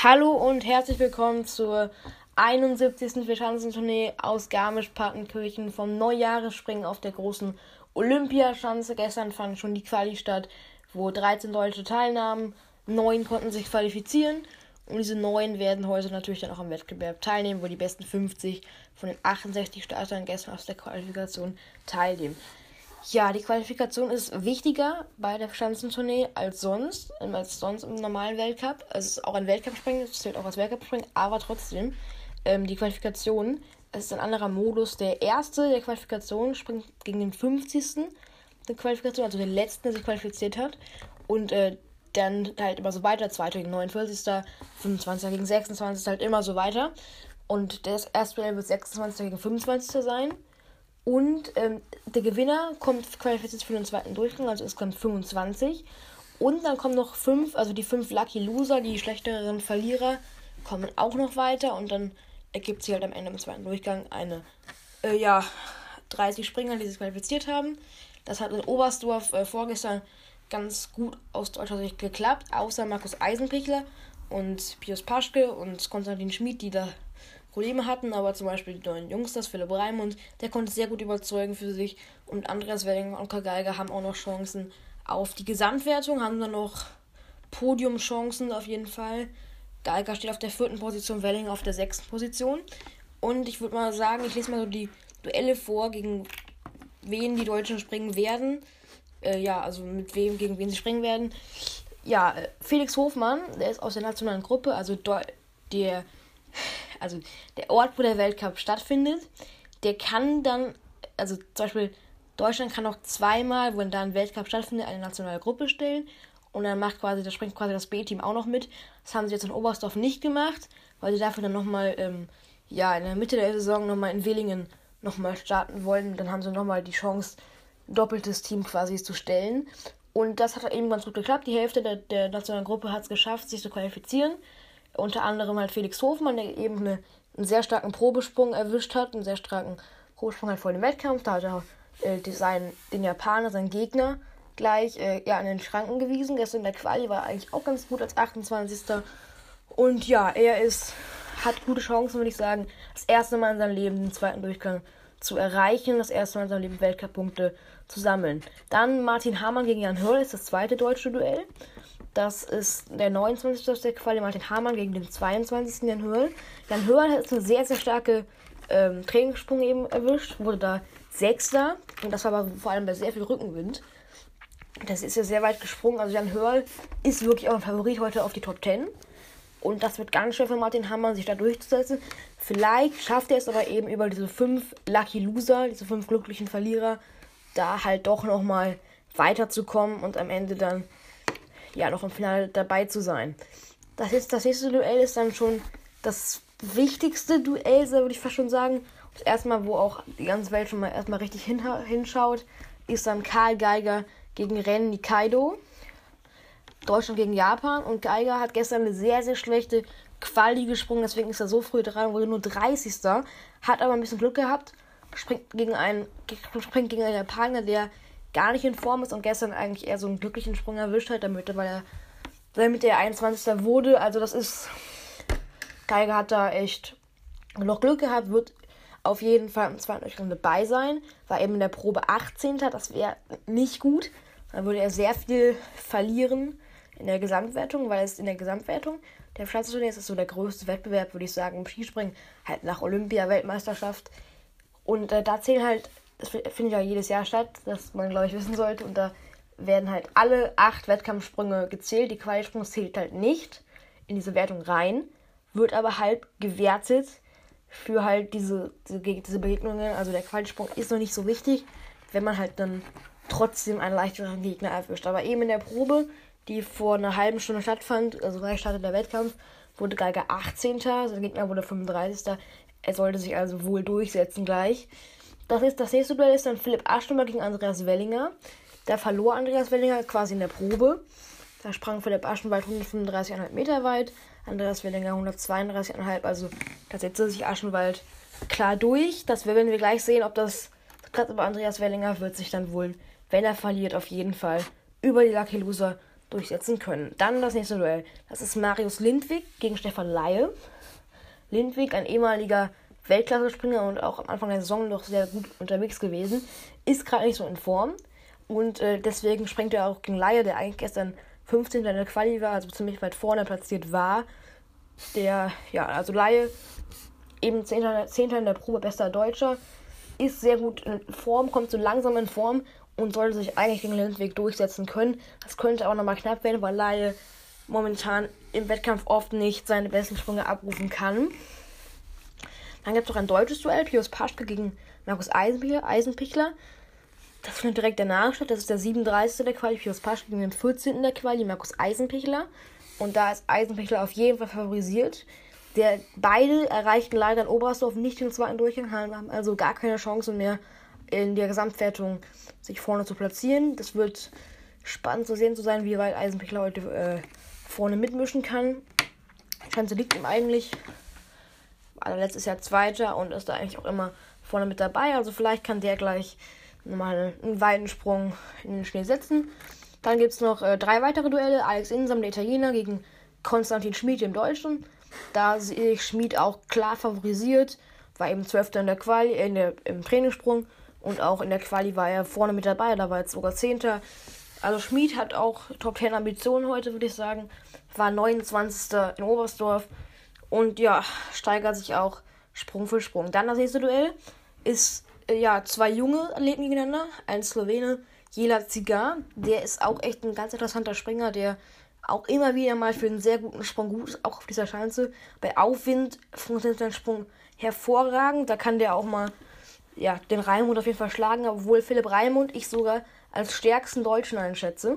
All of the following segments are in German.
Hallo und herzlich willkommen zur 71. Vierschanzentournee aus Garmisch-Partenkirchen vom Neujahresspringen auf der großen Olympiaschanze. Gestern fand schon die Quali statt, wo 13 Deutsche teilnahmen. 9 konnten sich qualifizieren und diese 9 werden heute natürlich dann auch am Wettbewerb teilnehmen, wo die besten 50 von den 68 Startern gestern aus der Qualifikation teilnehmen. Ja, die Qualifikation ist wichtiger bei der Schanzentournee als sonst im normalen Weltcup. Also es ist auch ein Weltcup-Springen, es zählt auch als Weltcup-Springen, aber trotzdem, die Qualifikation, es ist ein anderer Modus. Der erste der Qualifikation springt gegen den 50. der Qualifikation, also den letzten, der sich qualifiziert hat. Und dann halt immer so weiter, 2. gegen 49., 25. gegen 26., halt immer so weiter. Und das erste Duell wird 26. gegen 25. sein. Und der Gewinner qualifiziert sich für den zweiten Durchgang, also es kommt 25. Und dann kommen noch 5, also die 5 Lucky Loser, die schlechteren Verlierer, kommen auch noch weiter. Und dann ergibt sich halt am Ende im zweiten Durchgang 30 Springer, die sich qualifiziert haben. Das hat in Oberstdorf vorgestern ganz gut aus deutscher Sicht geklappt, außer Markus Eisenpichler und Pius Paschke und Konstantin Schmid, die da Probleme hatten, aber zum Beispiel die neuen Jungs, das Philipp Raimund, der konnte sehr gut überzeugen für sich, und Andreas Wellinger und Karl Geiger haben auch noch Chancen auf die Gesamtwertung, haben dann noch Podiumchancen auf jeden Fall. Geiger steht auf der 4. Position, Wellinger auf der 6. Position. Und ich würde mal sagen, ich lese mal so die Duelle vor, gegen wen die Deutschen springen werden. Mit wem, gegen wen sie springen werden. Ja, Felix Hofmann, der ist aus der nationalen Gruppe, also der Ort, wo der Weltcup stattfindet, der kann dann, also zum Beispiel Deutschland kann auch zweimal, wenn da ein Weltcup stattfindet, eine nationale Gruppe stellen, und dann springt quasi das B-Team auch noch mit. Das haben sie jetzt in Oberstdorf nicht gemacht, weil sie dafür dann nochmal, in der Mitte der Saison nochmal in Villingen nochmal starten wollen. Dann haben sie nochmal die Chance, ein doppeltes Team quasi zu stellen. Und das hat eben ganz gut geklappt. Die Hälfte der nationalen Gruppe hat es geschafft, sich zu qualifizieren. Unter anderem halt Felix Hofmann, der eben einen sehr starken Probesprung erwischt hat, einen sehr starken Probesprung halt vor dem Wettkampf. Da hat er den Japaner, seinen Gegner, gleich an den Schranken gewiesen. Gestern in der Quali war er eigentlich auch ganz gut als 28. Und ja, hat gute Chancen, würde ich sagen, das erste Mal in seinem Leben den zweiten Durchgang zu erreichen, das erste Mal in seinem Leben Weltcup-Punkte zu sammeln. Dann Martin Hamann gegen Jan Hörl ist das zweite deutsche Duell. Das ist der 29. aus der Quali, Martin Hamann gegen den 22. Jan Hörl. Jan Hörl hat eine sehr, sehr starke Trainingssprung eben erwischt, wurde da 6. Und das war aber vor allem bei sehr viel Rückenwind. Das ist ja sehr weit gesprungen. Also Jan Hörl ist wirklich auch ein Favorit heute auf die Top 10. Und das wird ganz schwer für Martin Hamann, sich da durchzusetzen. Vielleicht schafft er es aber eben über diese 5 Lucky Loser, diese 5 glücklichen Verlierer, da halt doch nochmal weiterzukommen und am Ende dann noch im Finale dabei zu sein. Das nächste Duell ist dann schon das wichtigste Duell, würde ich fast schon sagen. Das erste Mal, wo auch die ganze Welt schon mal erstmal richtig hinschaut, ist dann Karl Geiger gegen Ren Nikaido. Deutschland gegen Japan, und Geiger hat gestern eine sehr, sehr schlechte Quali gesprungen, deswegen ist er so früh dran, wurde nur 30. Hat aber ein bisschen Glück gehabt, springt gegen einen Japaner, der gar nicht in Form ist und gestern eigentlich eher so einen glücklichen Sprung erwischt hat, damit er 21. wurde. Also Geiger hat da echt noch Glück gehabt, wird auf jeden Fall im zweiten Durchgang dabei sein, war eben in der Probe 18. Das wäre nicht gut, dann würde er sehr viel verlieren in der Gesamtwertung, weil es in der Gesamtwertung der Schanzentournee ist so der größte Wettbewerb, würde ich sagen, im Skispringen, halt nach Olympia-Weltmeisterschaft. Und da zählen halt, das findet ja jedes Jahr statt, das man, glaube ich, wissen sollte. Und da werden halt alle 8 Wettkampfsprünge gezählt. Die Qualisprung zählt halt nicht in diese Wertung rein, wird aber halt gewertet für halt diese Begegnungen. Also der Qualisprung ist noch nicht so wichtig, wenn man halt dann trotzdem einen leichteren Gegner erwischt. Aber eben in der Probe, die vor einer halben Stunde stattfand, also gleich startet der Wettkampf, wurde Geiger 18. Sein Gegner wurde 35. Er sollte sich also wohl durchsetzen gleich. Das nächste Duell ist dann Philipp Aschenbach gegen Andreas Wellinger. Da verlor Andreas Wellinger quasi in der Probe. Da sprang Philipp Aschenbach 135,5 Meter weit, Andreas Wellinger 132,5. Also da setzte sich Aschenbach klar durch. Das werden wir gleich sehen, ob das klappt. Aber Andreas Wellinger wird sich dann wohl, wenn er verliert, auf jeden Fall über die Lucky Loser durchsetzen können. Dann das nächste Duell. Das ist Marius Lindwig gegen Stefan Laie. Lindwig, ein ehemaliger Weltklasse-Springer und auch am Anfang der Saison noch sehr gut unterwegs gewesen, ist gerade nicht so in Form. Und deswegen springt er auch gegen Laie, der eigentlich gestern 15. in der Quali war, also ziemlich weit vorne platziert war. Also Laie, eben 10. in der Probe, bester Deutscher, ist sehr gut in Form, kommt so langsam in Form und sollte sich eigentlich gegen Lindwig durchsetzen können. Das könnte aber nochmal knapp werden, weil Laie momentan im Wettkampf oft nicht seine besten Sprünge abrufen kann. Dann gibt es noch ein deutsches Duell, Pius Paschke gegen Markus Eisenpichler. Das findet direkt danach statt. Das ist der 37. der Quali, Pius Paschke gegen den 14. der Quali, Markus Eisenpichler. Und da ist Eisenpichler auf jeden Fall favorisiert. Beide erreichten leider in Oberstdorf nicht den zweiten Durchgang, haben also gar keine Chance mehr in der Gesamtwertung sich vorne zu platzieren. Das wird spannend zu sehen zu sein, wie weit Eisenpichler heute vorne mitmischen kann. Die Chance liegt ihm eigentlich. Also letztes Jahr Zweiter und ist da eigentlich auch immer vorne mit dabei. Also vielleicht kann der gleich nochmal einen Weitensprung in den Schnee setzen. Dann gibt es noch 3 weitere Duelle. Alex Insam, der Italiener, gegen Konstantin Schmid, dem Deutschen. Da sehe ich Schmid auch klar favorisiert. War eben 12. in der Quali, im Trainingssprung. Und auch in der Quali war er vorne mit dabei. Da war jetzt sogar 10. Also Schmid hat auch Top 10 Ambitionen heute, würde ich sagen. War 29. in Oberstdorf. Und ja, steigert sich auch Sprung für Sprung. Dann das nächste Duell ist 2 junge Athleten gegeneinander. Ein Slowene, Jela Cigar. Der ist auch echt ein ganz interessanter Springer, der auch immer wieder mal für einen sehr guten Sprung gut ist, auch auf dieser Schanze. Bei Aufwind funktioniert sein Sprung hervorragend. Da kann der auch mal den Raimund auf jeden Fall schlagen, obwohl Philipp Raimund ich sogar als stärksten Deutschen einschätze.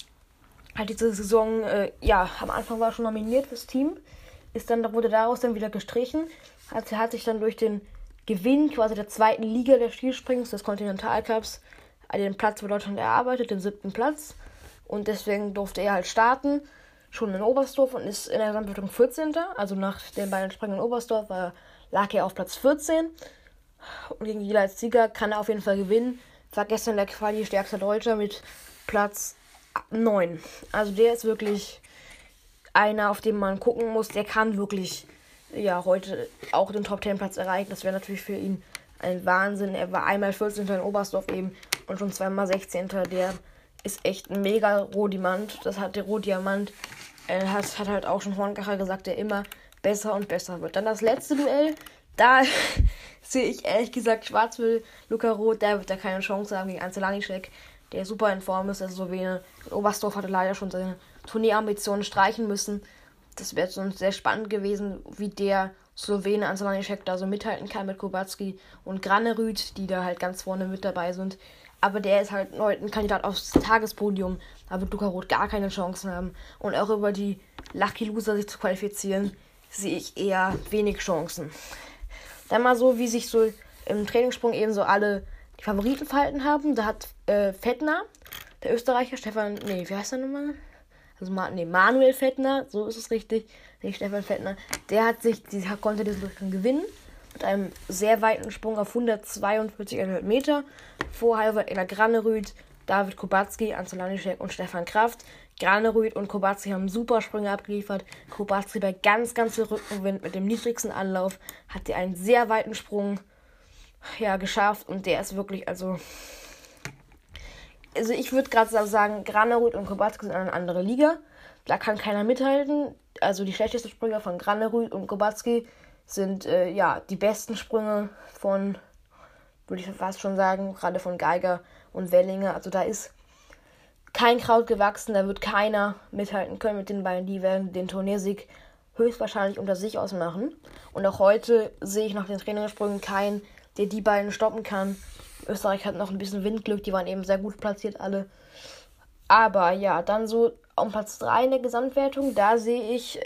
Hat diese Saison, am Anfang war er schon nominiert fürs Team. Wurde daraus dann wieder gestrichen. Hat sich dann durch den Gewinn quasi der 2. Liga des Skisprings, des Kontinentalcups, den Platz für Deutschland erarbeitet, den 7. Platz. Und deswegen durfte er halt starten, schon in Oberstdorf und ist in der Gesamtwertung 14. Also nach den beiden Springen in Oberstdorf lag er auf Platz 14. Und gegen Jela Sieger kann er auf jeden Fall gewinnen. War gestern der Quali stärkster Deutscher mit Platz 9. Also der ist wirklich einer, auf den man gucken muss. Der kann wirklich heute auch den Top 10 Platz erreichen. Das wäre natürlich für ihn ein Wahnsinn. Er war einmal 14. in Oberstdorf eben und schon zweimal 16. Der ist echt ein mega Rohdiamant. Das hat der Rohdiamant. Hat halt auch schon Horngacher gesagt, der immer besser und besser wird. Dann das letzte Duell. Da sehe ich ehrlich gesagt schwarz für Luca Roth. Der wird da keine Chance haben gegen Ansel Lanišek, der super in Form ist. Der Slowene. Oberstdorf hatte leider schon seine Turnierambitionen streichen müssen. Das wäre sonst sehr spannend gewesen, wie der Slowene Ansel Lanišek da so mithalten kann mit Kubacki und Granerüt, die da halt ganz vorne mit dabei sind. Aber der ist halt heute ein Kandidat aufs Tagespodium. Da wird Luca Roth gar keine Chancen haben. Und auch über die Lucky Loser sich zu qualifizieren, sehe ich eher wenig Chancen. Dann mal so, wie sich so im Trainingssprung eben so alle die Favoriten verhalten haben. Da hat Fettner, der Österreicher, wie heißt der nochmal? Manuel Fettner, so ist es richtig, nicht Stefan Fettner. Der konnte diesen Durchgang gewinnen. Mit einem sehr weiten Sprung auf 142,5 Meter. Vorher war Ena Granerüt, David Kubacki, Ansel Lanišek und Stefan Kraft. Granerüt und Kubacki haben super Sprünge abgeliefert. Kubacki bei ganz, ganz viel Rückenwind mit dem niedrigsten Anlauf hat er einen sehr weiten Sprung geschafft. Und der ist wirklich, also ich würde gerade sagen, Granerüt und Kubacki sind eine andere Liga. Da kann keiner mithalten. Also die schlechtesten Sprünge von Granerüt und Kubacki sind die besten Sprünge von, würde ich fast schon sagen, gerade von Geiger und Wellinger. Also da ist kein Kraut gewachsen, da wird keiner mithalten können mit den beiden. Die werden den Turniersieg höchstwahrscheinlich unter sich ausmachen. Und auch heute sehe ich nach den Trainingssprüngen keinen, der die beiden stoppen kann. Österreich hat noch ein bisschen Windglück, die waren eben sehr gut platziert alle. Aber dann so um Platz 3 in der Gesamtwertung, da sehe ich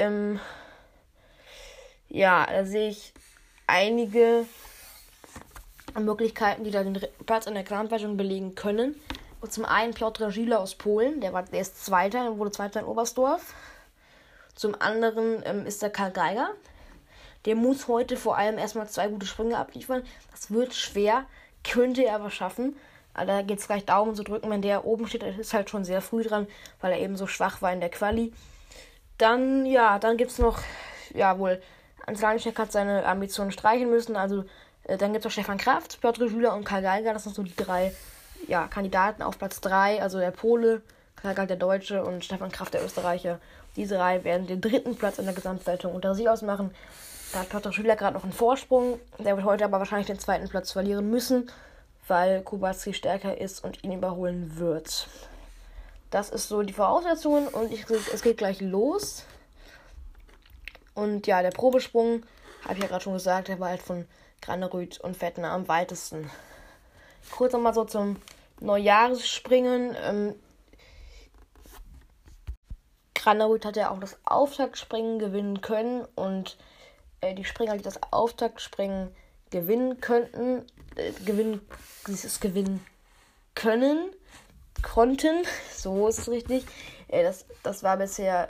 einige Möglichkeiten, die da den Platz in der Gesamtwertung belegen können. Und zum einen Piotr Gila aus Polen, der ist Zweiter, wurde Zweiter in Oberstdorf. Zum anderen ist der Karl Geiger. Der muss heute vor allem erstmal 2 gute Sprünge abliefern. Das wird schwer, könnte er aber schaffen. Aber da geht es gleich Daumen zu drücken, wenn der oben steht. Das ist halt schon sehr früh dran, weil er eben so schwach war in der Quali. Dann gibt es noch, wohl, Ansel Halinschek hat seine Ambitionen streichen müssen. Also dann gibt es noch Stefan Kraft, Piotr Schüler und Karl Geiger. Das sind so die 3 Kandidaten auf Platz 3. Also der Pole, Karl Geiger der Deutsche und Stefan Kraft der Österreicher. Diese 3 werden den 3. Platz in der Gesamtwertung unter sich ausmachen. Da hat Piotr Schüler gerade noch einen Vorsprung. Der wird heute aber wahrscheinlich den 2. Platz verlieren müssen, weil Kubacki stärker ist und ihn überholen wird. Das ist so die Voraussetzungen und es geht gleich los. Und ja, der Probesprung, habe ich ja gerade schon gesagt, der war halt von Granerüth und Fettner am weitesten. Kurz nochmal so zum Neujahrsspringen. Granerüth hat ja auch das Auftaktspringen gewinnen können und die Springer, die das Auftaktspringen gewinnen konnten, so ist es richtig. Das war bisher,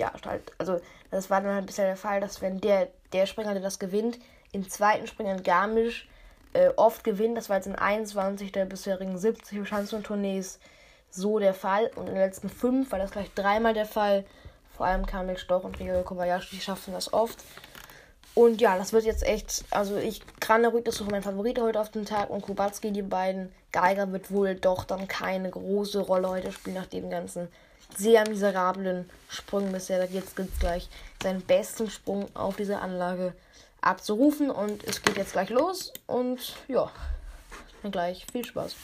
das war dann halt bisher der Fall, dass wenn der Springer, der das gewinnt, im zweiten Springen Garmisch oft gewinnt. Das war jetzt in 21 der bisherigen 70 Schanzentournees so der Fall. Und in den letzten 5 war das gleich 3-mal der Fall. Vor allem Kamil Stoch und Ryoyo Kobayashi schaffen das oft. Und ja, das wird jetzt echt, Granerüth ist so mein Favorit heute auf dem Tag und Kubacki, die beiden. Geiger wird wohl doch dann keine große Rolle heute spielen, nach dem ganzen sehr miserablen Sprung bisher. Da geht es gleich seinen besten Sprung auf dieser Anlage abzurufen und es geht jetzt gleich los und ja, dann gleich viel Spaß.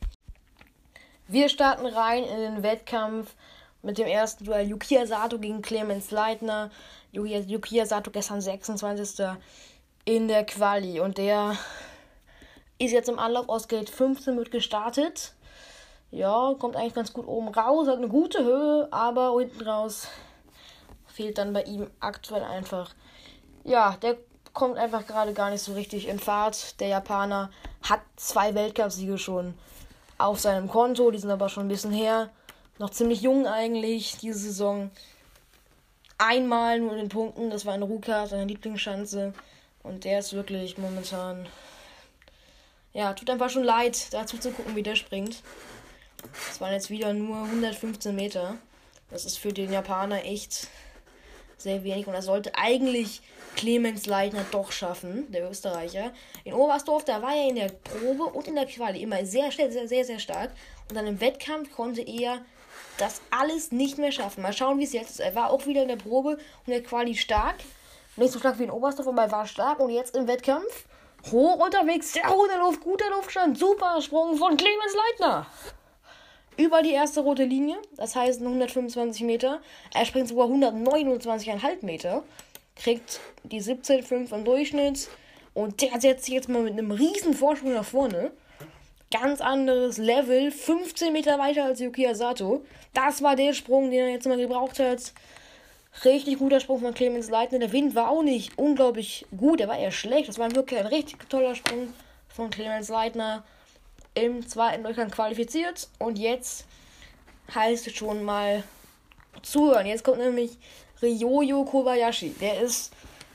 Wir starten rein in den Wettkampf mit dem ersten Duell Yukiya Sato gegen Clemens Leitner. Yukiya Sato gestern 26. in der Quali und der ist jetzt im Anlauf aus Gate 15 mit gestartet. Ja, kommt eigentlich ganz gut oben raus, hat eine gute Höhe, aber hinten raus fehlt dann bei ihm aktuell einfach. Ja, der kommt einfach gerade gar nicht so richtig in Fahrt. Der Japaner hat 2 Weltcupsiege schon auf seinem Konto, die sind aber schon ein bisschen her. Noch ziemlich jung eigentlich, diese Saison. Einmal nur in den Punkten, das war in Ruka, seine Lieblingsschanze. Und der ist wirklich momentan, tut einfach schon leid, dazu zu gucken, wie der springt. Das waren jetzt wieder nur 115 Meter. Das ist für den Japaner echt sehr wenig. Und das sollte eigentlich Clemens Leitner doch schaffen, der Österreicher. In Oberstdorf, da war er in der Probe und in der Quali immer sehr schnell, sehr, sehr, sehr stark. Und dann im Wettkampf konnte er das alles nicht mehr schaffen. Mal schauen, wie es jetzt ist. Er war auch wieder in der Probe und in der Quali stark. Nicht so stark wie in Oberstdorf, aber er war stark. Und jetzt im Wettkampf hoch unterwegs, sehr guter Luft, guter Luftstand, super Sprung von Clemens Leitner. Über die erste rote Linie, das heißt 125 Meter. Er springt sogar 129,5 Meter. Kriegt die 17,5 im Durchschnitt. Und der setzt sich jetzt mal mit einem riesen Vorsprung nach vorne. Ganz anderes Level, 15 Meter weiter als Yukiya Sato. Das war der Sprung, den er jetzt mal gebraucht hat. Richtig guter Sprung von Clemens Leitner. Der Wind war auch nicht unglaublich gut, der war eher schlecht. Das war wirklich ein richtig toller Sprung von Clemens Leitner. Im zweiten Durchgang qualifiziert. Und jetzt heißt es schon mal zuhören. Jetzt kommt nämlich Ryoyo Kobayashi. Der ist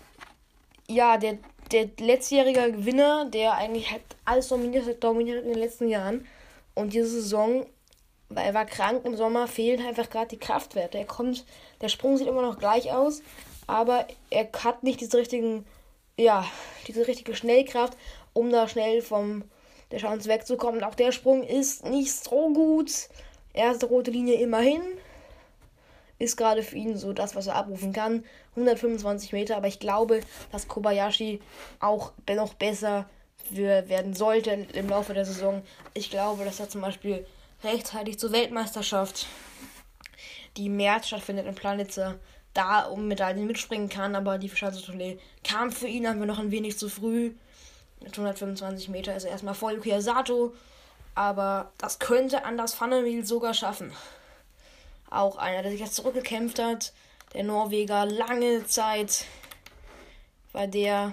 der letztjährige Gewinner, der eigentlich halt alles dominiert in den letzten Jahren. Und diese Saison, weil er war krank im Sommer, fehlen einfach gerade die Kraftwerte. Der Sprung sieht immer noch gleich aus, aber er hat nicht diese richtige Schnellkraft, um da schnell vom der Chance wegzukommen. Auch der Sprung ist nicht so gut. Erste rote Linie immerhin. Ist gerade für ihn so das, was er abrufen kann. 125 Meter, aber ich glaube, dass Kobayashi auch noch besser werden sollte im Laufe der Saison. Ich glaube, dass er zum Beispiel rechtzeitig zur Weltmeisterschaft, die im März stattfindet in Planitza, da um Medaillen mitspringen kann, aber die Schanzentournee kam für ihn einfach noch ein wenig zu früh. Mit 125 Meter ist er erstmal vor Yukiya Sato, aber das könnte Anders van der Wiel sogar schaffen. Auch einer, der sich jetzt zurückgekämpft hat, der Norweger, lange Zeit war der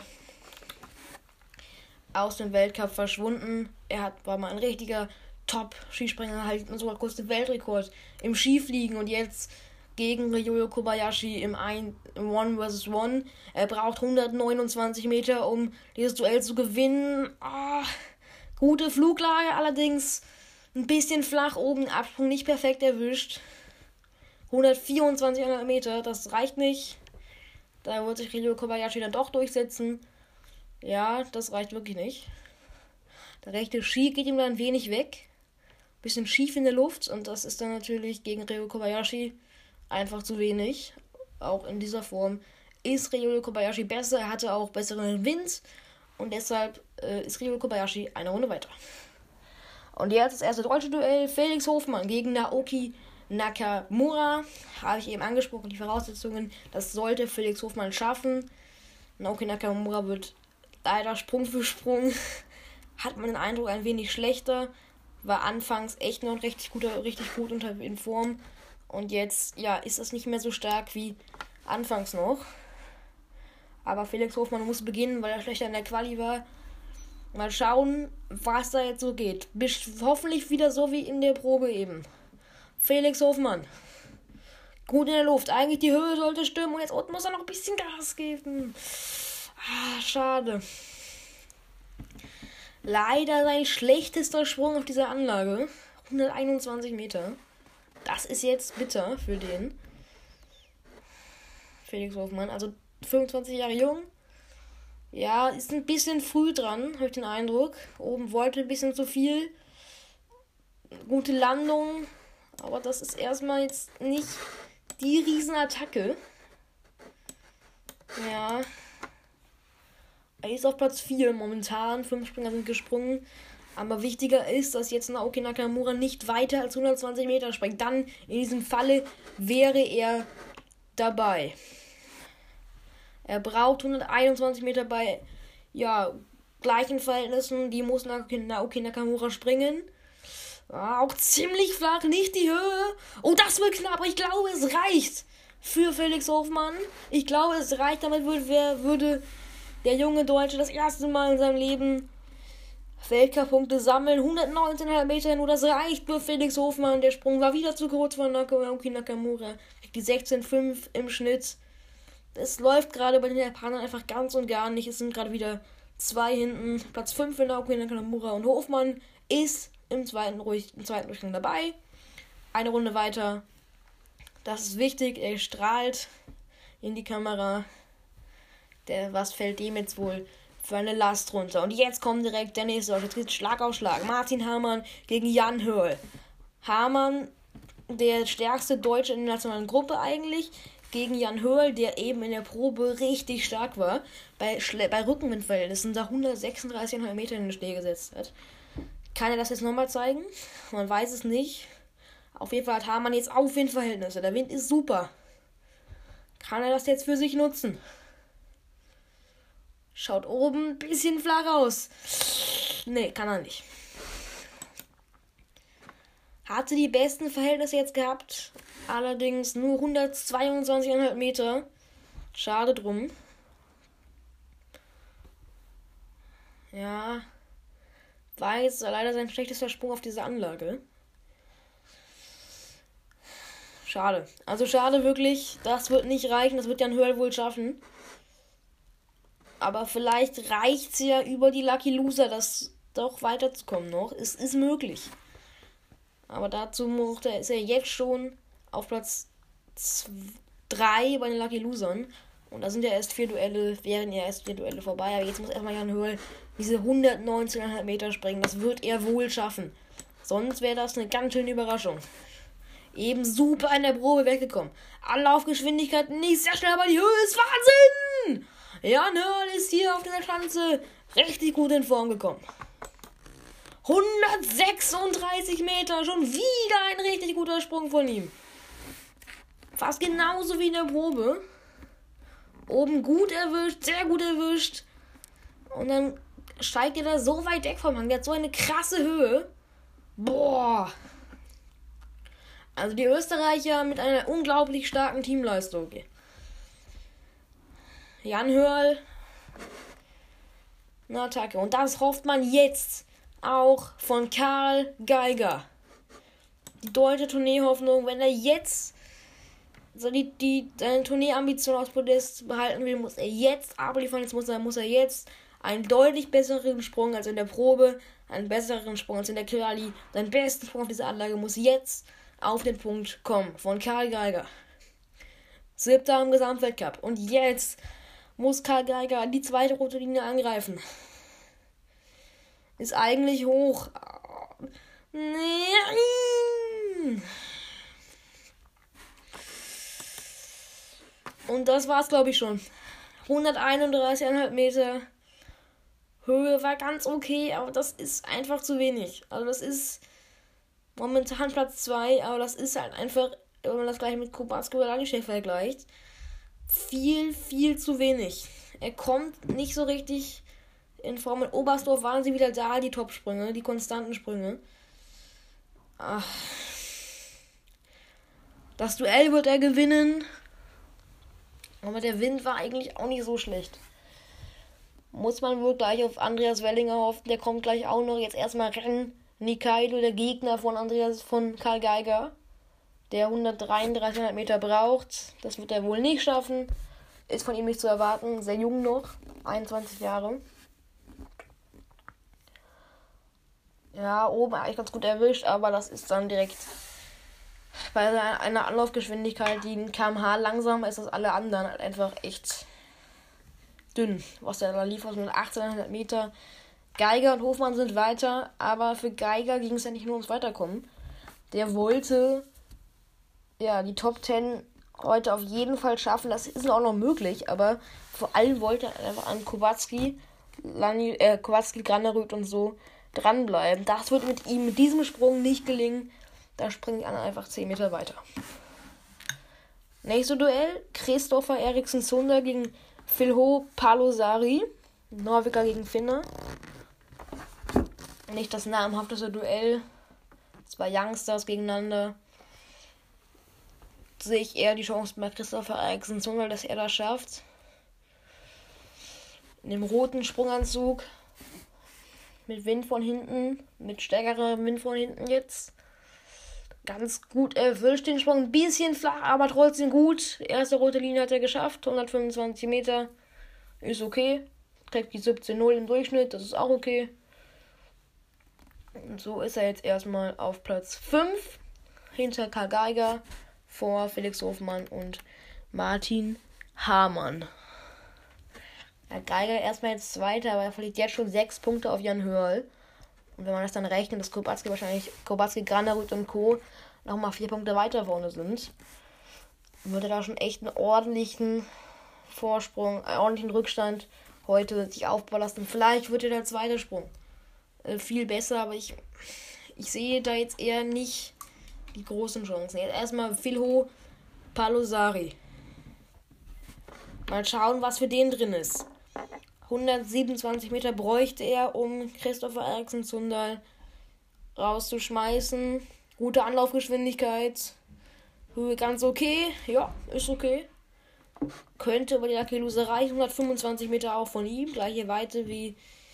aus dem Weltcup verschwunden. War mal ein richtiger Top-Skispringer, halt sogar kurz den Weltrekord im Skifliegen und jetzt gegen Ryoyo Kobayashi im One vs. One. Er braucht 129 Meter, um dieses Duell zu gewinnen. Gute Fluglage allerdings. Ein bisschen flach oben, Absprung nicht perfekt erwischt. 124 Meter, das reicht nicht. Da wird sich Ryo Kobayashi dann doch durchsetzen. Ja, das reicht wirklich nicht. Der rechte Ski geht ihm dann ein wenig weg. Bisschen schief in der Luft und das ist dann natürlich gegen Ryo Kobayashi einfach zu wenig. Auch in dieser Form ist Ryo Kobayashi besser. Er hatte auch besseren Wind und deshalb ist Ryo Kobayashi eine Runde weiter. Und jetzt das erste deutsche Duell. Felix Hofmann gegen Naoki Nakamura. Habe ich eben angesprochen, die Voraussetzungen. Das sollte Felix Hofmann schaffen. Naoki Nakamura wird leider Sprung für Sprung, hat man den Eindruck, ein wenig schlechter. War anfangs echt noch richtig gut in Form. Und jetzt, ja, ist das nicht mehr so stark wie anfangs noch. Aber Felix Hofmann muss beginnen, weil er schlechter in der Quali war. Mal schauen, was da jetzt so geht. Hoffentlich wieder so wie in der Probe eben. Felix Hofmann. Gut in der Luft. Eigentlich die Höhe sollte stimmen. Und jetzt unten muss er noch ein bisschen Gas geben. Schade. Leider sein schlechtester Sprung auf dieser Anlage. 121 Meter. Das ist jetzt bitter für den Felix Hofmann. Also 25 Jahre jung. Ja, ist ein bisschen früh dran, habe ich den Eindruck. Oben wollte ein bisschen zu viel. Gute Landung. Aber das ist erstmal jetzt nicht die Riesenattacke. Ja. Er ist auf Platz 4 momentan. 5 Springer sind gesprungen. Aber wichtiger ist, dass jetzt Naoki Nakamura nicht weiter als 120 Meter springt. Dann, in diesem Falle, wäre er dabei. Er braucht 121 Meter bei, gleichen Verhältnissen. Die muss Naoki Nakamura springen. Auch ziemlich flach, nicht die Höhe. Oh, das wird knapp, aber ich glaube, es reicht für Felix Hofmann. Ich glaube, es reicht. Damit würde der junge Deutsche das erste Mal in seinem Leben Weltcup-Punkte sammeln. 119,5 Meter, nur das reicht für Felix Hofmann. Der Sprung war wieder zu kurz von Naoki Nakamura. Die 16,5 im Schnitt. Es läuft gerade bei den Japanern einfach ganz und gar nicht. Es sind gerade wieder 2 hinten. Platz 5 für Naoki Nakamura und Hofmann ist im zweiten Durchgang dabei. Eine Runde weiter. Das ist wichtig. Er strahlt in die Kamera. Was fällt dem jetzt wohl für eine Last runter? Und jetzt kommt direkt der nächste. Jetzt geht Schlag auf Schlag. Martin Hamann gegen Jan Hörl. Hamann, der stärkste Deutsche in der nationalen Gruppe eigentlich, gegen Jan Hörl, der eben in der Probe richtig stark war. Bei Rückenwindverhältnissen da 136,5 Meter in den Schnee gesetzt hat. Kann er das jetzt nochmal zeigen? Man weiß es nicht. Auf jeden Fall hat Hamann jetzt Aufwindverhältnisse. Der Wind ist super. Kann er das jetzt für sich nutzen? Schaut oben ein bisschen flach aus. Nee, kann er nicht. Hatte die besten Verhältnisse jetzt gehabt. Allerdings nur 122,5 Meter. Schade drum. Ja. War jetzt leider sein schlechtester Sprung auf diese Anlage. Schade. Also schade wirklich. Das wird nicht reichen. Das wird Jan Hörl wohl schaffen. Aber vielleicht reicht es ja über die Lucky Loser, das doch weiterzukommen noch. Es ist möglich. Aber dazu ist er jetzt schon auf Platz 3 bei den Lucky Losern. Und da sind ja wären ja erst 4 Duelle vorbei. Aber jetzt muss erstmal Jan Hörl diese 119,5 Meter springen. Das wird er wohl schaffen. Sonst wäre das eine ganz schöne Überraschung. Eben super in der Probe weggekommen. Anlaufgeschwindigkeit nicht sehr schnell, aber die Höhe ist Wahnsinn! Jan Hörl ist hier auf dieser Schanze richtig gut in Form gekommen. 136 Meter, schon wieder ein richtig guter Sprung von ihm. Fast genauso wie in der Probe. Oben gut erwischt, sehr gut erwischt. Und dann steigt er da so weit weg vom Hang. Der hat so eine krasse Höhe. Boah. Also die Österreicher mit einer unglaublich starken Teamleistung. Jan Hörl. Eine Attacke. Und das hofft man jetzt auch von Karl Geiger. Die deutsche Tourneehoffnung, wenn er jetzt seine Tourneeambition aufs Podest behalten will, muss er jetzt abliefern. Jetzt muss er jetzt einen deutlich besseren Sprung als in der Probe, einen besseren Sprung als in der Quali. Sein besten Sprung auf dieser Anlage muss jetzt auf den Punkt kommen von Karl Geiger. 7. im Gesamtweltcup. Und jetzt muss Karl Geiger die zweite rote Linie angreifen. Ist eigentlich hoch. Nein. Und das war's, glaube ich, schon. 131,5 Meter. Höhe war ganz okay, aber das ist einfach zu wenig. Also das ist momentan Platz 2, aber das ist halt einfach, wenn man das gleich mit Kubacki oder Lanischek vergleicht, viel, viel zu wenig. Er kommt nicht so richtig in Form. In Oberstdorf waren sie wieder da, die Topsprünge, die konstanten Sprünge. Ach. Das Duell wird er gewinnen. Aber der Wind war eigentlich auch nicht so schlecht. Muss man wohl gleich auf Andreas Wellinger hoffen. Der kommt gleich auch noch. Jetzt erstmal Ren Nikaido, der Gegner von Karl Geiger, der 133,5 Meter braucht. Das wird er wohl nicht schaffen. Ist von ihm nicht zu erwarten. Sehr jung noch. 21 Jahre. Ja, oben eigentlich ganz gut erwischt, aber das ist dann direkt bei einer Anlaufgeschwindigkeit, die ein km/h langsamer ist als alle anderen, halt einfach echt dünn, was der da liefert mit 18,5 Meter. Geiger und Hofmann sind weiter, aber für Geiger ging es ja nicht nur ums Weiterkommen. Der wollte die Top 10 heute auf jeden Fall schaffen. Das ist auch noch möglich, aber vor allem wollte er einfach an Kubacki, Granerüth und so dranbleiben. Das wird mit ihm mit diesem Sprung nicht gelingen. Da springen die anderen einfach 10 Meter weiter. Nächstes Duell: Kristoffer Eriksson Sundal gegen Filho Palosari. Norweger gegen Finne. Nicht das namhafteste Duell. 2 Youngsters gegeneinander. Sehe ich eher die Chance bei Kristoffer Eriksson Sundal, dass er das schafft. In dem roten Sprunganzug. Mit Wind von hinten. Mit stärkerem Wind von hinten jetzt. Ganz gut erwischt den Sprung. Ein bisschen flach, aber trotzdem gut. Die erste rote Linie hat er geschafft. 125 Meter. Ist okay. Kriegt die 17,0 im Durchschnitt. Das ist auch okay. Und so ist er jetzt erstmal auf Platz 5. Hinter Karl Geiger. Vor Felix Hofmann und Martin Hamann. Der Geiger erstmal jetzt Zweiter, aber er verliert jetzt schon 6 Punkte auf Jan Hörl. Und wenn man das dann rechnet, dass Kubacki, Granerüth und Co. nochmal 4 Punkte weiter vorne sind, würde da schon echt einen ordentlichen Vorsprung, einen ordentlichen Rückstand heute sich aufbauen lassen. Vielleicht wird der zweite Sprung viel besser, aber ich sehe da jetzt eher nicht die großen Chancen. Jetzt erstmal Filho Palosari. Mal schauen, was für den drin ist. 127 Meter bräuchte er, um Kristoffer Eriksson Sundal rauszuschmeißen. Gute Anlaufgeschwindigkeit. Höhe ganz okay. Ja, ist okay. Könnte aber die Lucky Loser reichen. 125 Meter auch von ihm. Gleiche Weite wie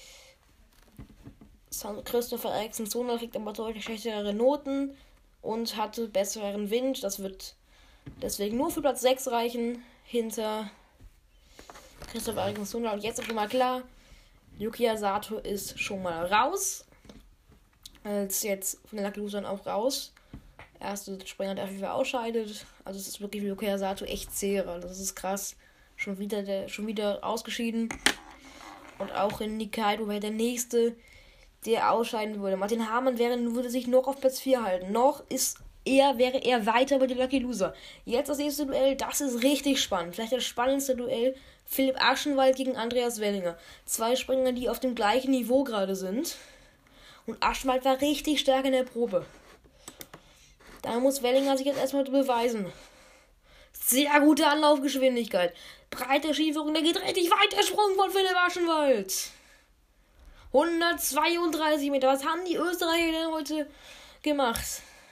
Kristoffer Eriksson Sundal, kriegt aber deutlich schlechtere Noten und hatte besseren Wind. Das wird deswegen nur für Platz 6 reichen. Hinter Kristoffer Eriksson Sundal. Und jetzt ist schon mal klar, Yukiya Sato ist schon mal raus. Als jetzt von den Lucky Losern auch raus. Erste Springer, der auf jeden Fall ausscheidet. Also es ist wirklich für Yukiya Sato echt zäher. Das ist krass. Schon wieder ausgeschieden. Und auch in Nikaido wäre der nächste, der ausscheiden würde. Martin Hamann würde sich noch auf Platz 4 halten. Wäre er weiter bei den Lucky Loser. Jetzt das nächste Duell, das ist richtig spannend. Vielleicht das spannendste Duell. Philipp Aschenwald gegen Andreas Wellinger. 2 Springer, die auf dem gleichen Niveau gerade sind. Und Aschenwald war richtig stark in der Probe. Da muss Wellinger sich jetzt erstmal beweisen. Sehr gute Anlaufgeschwindigkeit. Breite Skiführung, der geht richtig weit, der Sprung von Philipp Aschenwald. 132 Meter. Was haben die Österreicher denn heute gemacht?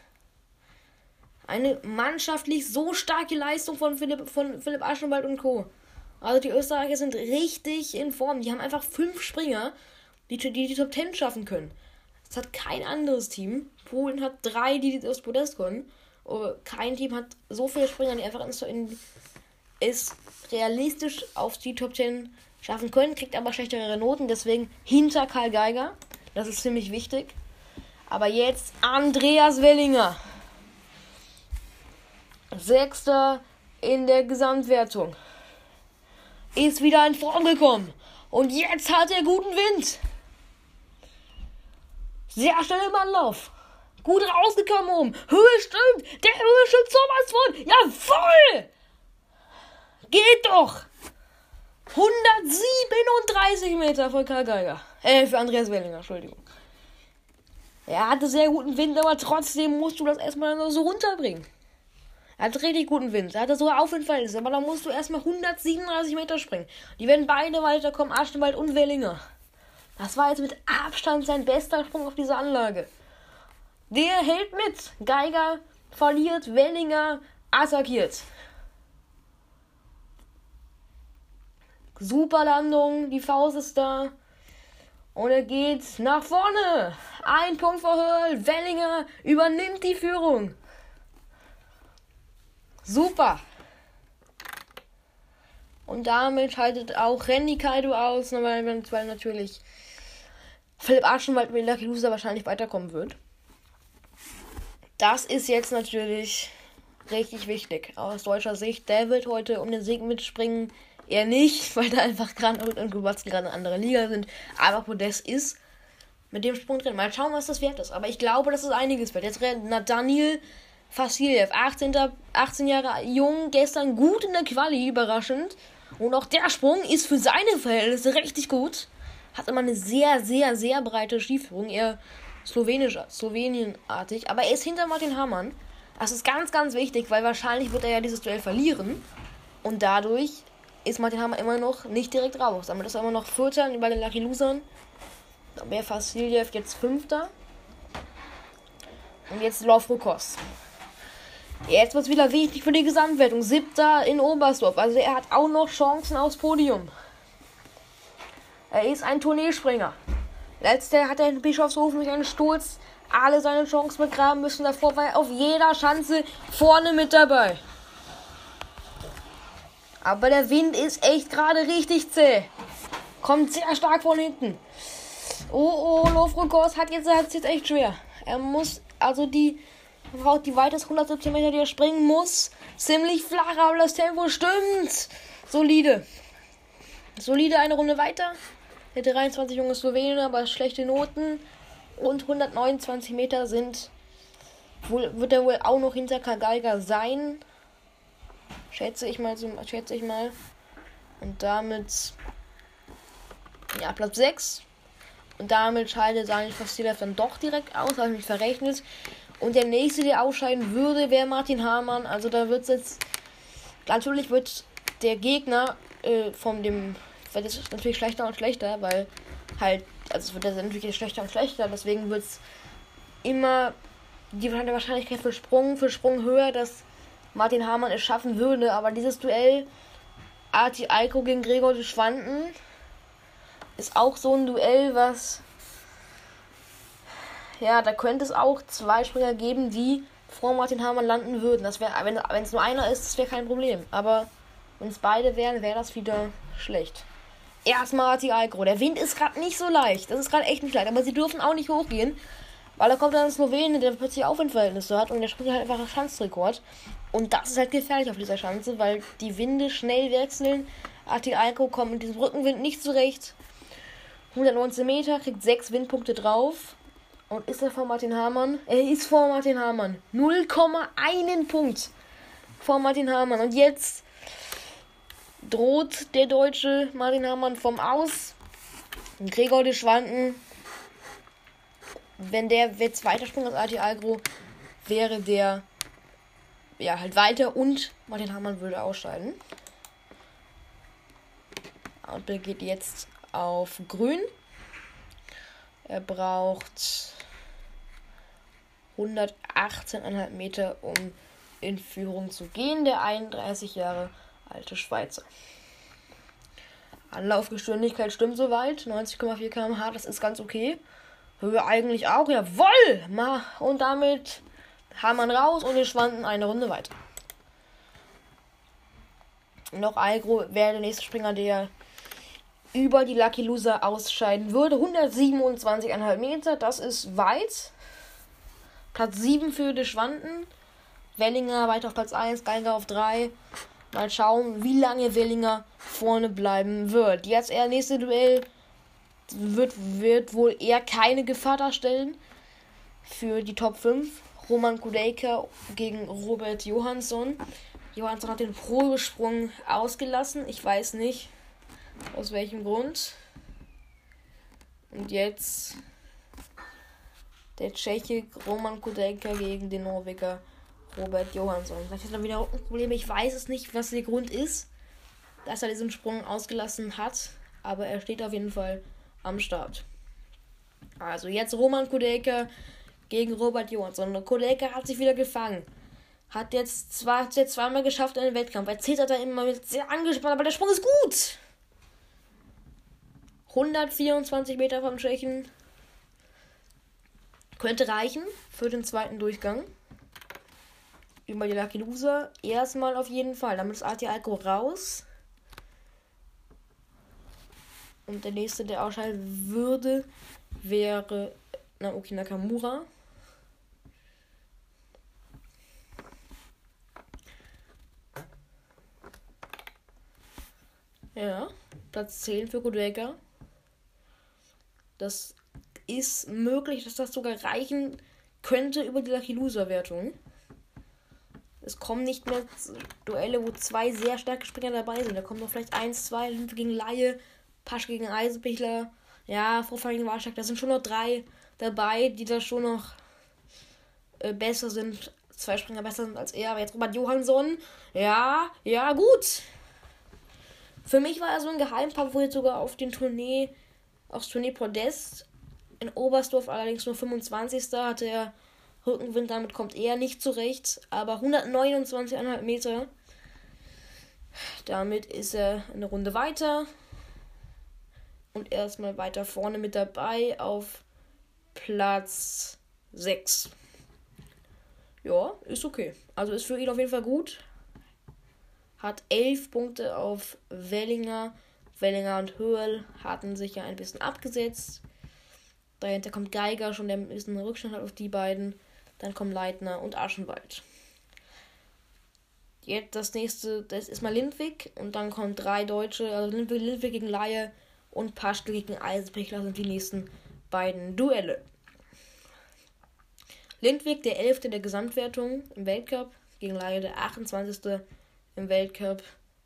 Eine mannschaftlich so starke Leistung von Philipp Aschenwald und Co. Also die Österreicher sind richtig in Form. Die haben einfach 5 Springer, die Top 10 schaffen können. Das hat kein anderes Team. Polen hat 3, die aufs Podest kommen. Aber kein Team hat so viele Springer, die einfach es realistisch auf die Top 10 schaffen können, kriegt aber schlechtere Noten, deswegen hinter Karl Geiger. Das ist ziemlich wichtig. Aber jetzt Andreas Wellinger. Sechster in der Gesamtwertung. Ist wieder in Form gekommen. Und jetzt hat er guten Wind. Sehr schnell im Anlauf. Gut rausgekommen oben. Höhe stimmt. Der Höhe stimmt sowas von. Jawohl. Geht doch. 137 Meter für Karl Geiger. Für Andreas Wellinger, Entschuldigung. Er hatte sehr guten Wind, aber trotzdem musst du das erstmal nur so runterbringen. Er hat richtig guten Wind. Er hatte sogar Aufwindverhältnisse, aber da musst du erstmal 137 Meter springen. Die werden beide weiterkommen, Aschenwald und Wellinger. Das war jetzt mit Abstand sein bester Sprung auf dieser Anlage. Der hält mit. Geiger verliert, Wellinger attackiert. Super Landung, die Faust ist da. Und er geht nach vorne. Ein Punkt vor Hörl. Wellinger übernimmt die Führung. Super. Und damit schaltet auch Randy Kaido aus, weil natürlich Philipp Aschenwald mit Lucky Loser wahrscheinlich weiterkommen wird. Das ist jetzt natürlich richtig wichtig. Aus deutscher Sicht, der wird heute um den Sieg mitspringen. Er nicht, weil da einfach Granit und Kubacki gerade eine andere Liga sind. Aber Podest ist mit dem Sprung drin. Mal schauen, was das wert ist. Aber ich glaube, dass es einiges wird. Jetzt rennt Daniil Vassiljev, 18 Jahre jung, gestern gut in der Quali, überraschend. Und auch der Sprung ist für seine Verhältnisse richtig gut. Hat immer eine sehr, sehr, sehr breite Skiführung, eher Slowenienartig. Aber er ist hinter Martin Hamann. Das ist ganz, ganz wichtig, weil wahrscheinlich wird er ja dieses Duell verlieren. Und dadurch ist Martin Hamann immer noch nicht direkt raus. Damit ist er immer noch Vierter bei den Lucky Losern. Dann wäre Vassiljev jetzt Fünfter. Und jetzt Lofrukos. Jetzt wird es wieder wichtig für die Gesamtwertung. Siebter in Oberstdorf. Also er hat auch noch Chancen aufs Podium. Er ist ein Tourneespringer. Letzter hat er in Bischofshofen durch einen Sturz alle seine Chancen begraben müssen. Davor war er auf jeder Schanze vorne mit dabei. Aber der Wind ist echt gerade richtig zäh. Kommt sehr stark von hinten. Oh, Lofrukos hat jetzt echt schwer. Er muss, also die weitest 117 Meter, die er springen muss, ziemlich flach, aber das Tempo stimmt. Solide eine Runde weiter. Der 23 junge Slowenen, aber schlechte Noten. Und 129 Meter wird er wohl auch noch hinter Karl Geiger sein. Schätze ich mal. Und damit Platz 6. Und damit scheidet Daniil Vassiljev dann doch direkt aus, habe ich mich verrechnet. Und der nächste, der ausscheiden würde, wäre Martin Hamann. Also da wird es jetzt. Natürlich wird der Gegner wird es natürlich schlechter und schlechter, weil halt. Also es wird das natürlich schlechter und schlechter. Deswegen wird es immer die Wahrscheinlichkeit für Sprung höher, dass Martin Hamann es schaffen würde. Aber dieses Duell Arti Aiko gegen Gregor de Schwanden ist auch so ein Duell, was. Ja, da könnte es auch zwei Springer geben, die vor Martin Hamann landen würden. Das wäre, wenn es nur einer ist, das wäre kein Problem. Aber wenn es beide wären, wäre das wieder schlecht. Erstmal Arti Aiko. Der Wind ist gerade nicht so leicht. Das ist gerade echt nicht leicht. Aber sie dürfen auch nicht hochgehen. Weil da kommt dann ein Slowene, der plötzlich Aufwindverhältnisse hat. Und der springt halt einfach einen Schanzrekord. Und das ist halt gefährlich auf dieser Schanze, weil die Winde schnell wechseln. Arti Aiko kommt mit diesem Rückenwind nicht zurecht. 119 Meter, kriegt 6 Windpunkte drauf. Und ist er vor Martin Hamann? Er ist vor Martin Hamann. 0,1 Punkt vor Martin Hamann. Und jetzt droht der Deutsche Martin Hamann vom Aus. Gregor de Schwanden, wenn der jetzt weitersprung als Arti Aiko, wäre der halt weiter und Martin Hamann würde ausscheiden. Und der geht jetzt auf grün. Er braucht 118,5 Meter, um in Führung zu gehen. Der 31 Jahre alte Schweizer. Anlaufgeschwindigkeit stimmt soweit. 90,4 km/h, das ist ganz okay. Höhe eigentlich auch. Jawohl! Und damit Hamann raus und wir schwanden eine Runde weiter. Noch Algro wäre der nächste Springer, der über die Lucky Loser ausscheiden würde. 127,5 Meter, das ist weit. Platz 7 für De Schwanden. Wellinger weiter auf Platz 1, Geiger auf 3. Mal schauen, wie lange Wellinger vorne bleiben wird. Jetzt eher nächste Duell wird wohl eher keine Gefahr darstellen für die Top 5. Roman Kudelka gegen Robert Johansson. Johansson hat den Probesprung ausgelassen. Ich weiß nicht, aus welchem Grund. Und jetzt der Tscheche Roman Kudelka gegen den Norweger Robert Johansson. Vielleicht ist da wieder ein Problem. Ich weiß es nicht, was der Grund ist, dass er diesen Sprung ausgelassen hat. Aber er steht auf jeden Fall am Start. Also jetzt Roman Kudelka gegen Robert Johansson. Kudelka hat sich wieder gefangen. Hat jetzt zweimal geschafft in den Wettkampf. Er zittert da immer mit sehr angespannt, aber der Sprung ist gut. 124 Meter vom Tschechen. Könnte reichen für den zweiten Durchgang. Über die Lucky Loser. Erstmal auf jeden Fall. Damit ist Arti Alko raus. Und der nächste, der ausscheiden würde, wäre Naoki Nakamura. Ja, Platz 10 für Kudelka. Das ist möglich, dass das sogar reichen könnte über die Lucky Loser Wertung. Es kommen nicht mehr Duelle, wo zwei sehr starke Springer dabei sind. Da kommen noch vielleicht 1, 2, Linfe gegen Laie, Paschke gegen Eisenbichler, ja, Vorfall gegen Warschak. Da sind schon noch 3 dabei, die da schon noch besser sind. 2 Springer besser sind als er. Aber jetzt Robert Johansson, ja, gut. Für mich war er so ein Geheimfavorit sogar auf den aufs Tournee-Podest. In Oberstdorf allerdings nur 25. hatte er Rückenwind, damit kommt er nicht zurecht. Aber 129,5 Meter. Damit ist er eine Runde weiter. Und erstmal weiter vorne mit dabei auf Platz 6. Ja, ist okay. Also ist für ihn auf jeden Fall gut. Hat 11 Punkte auf Wellinger. Wellinger und Höhl hatten sich ja ein bisschen abgesetzt. Dahinter kommt Geiger schon, der ein bisschen Rückstand hat auf die beiden. Dann kommen Leitner und Aschenwald. Jetzt das nächste, das ist mal Lindwig. Und dann kommen 3 Deutsche. Also Lindwig gegen Laie und Paschke gegen Eisenbichler sind die nächsten beiden Duelle. Lindwig, der 11. der Gesamtwertung im Weltcup. Gegen Laie, der 28. im Weltcup.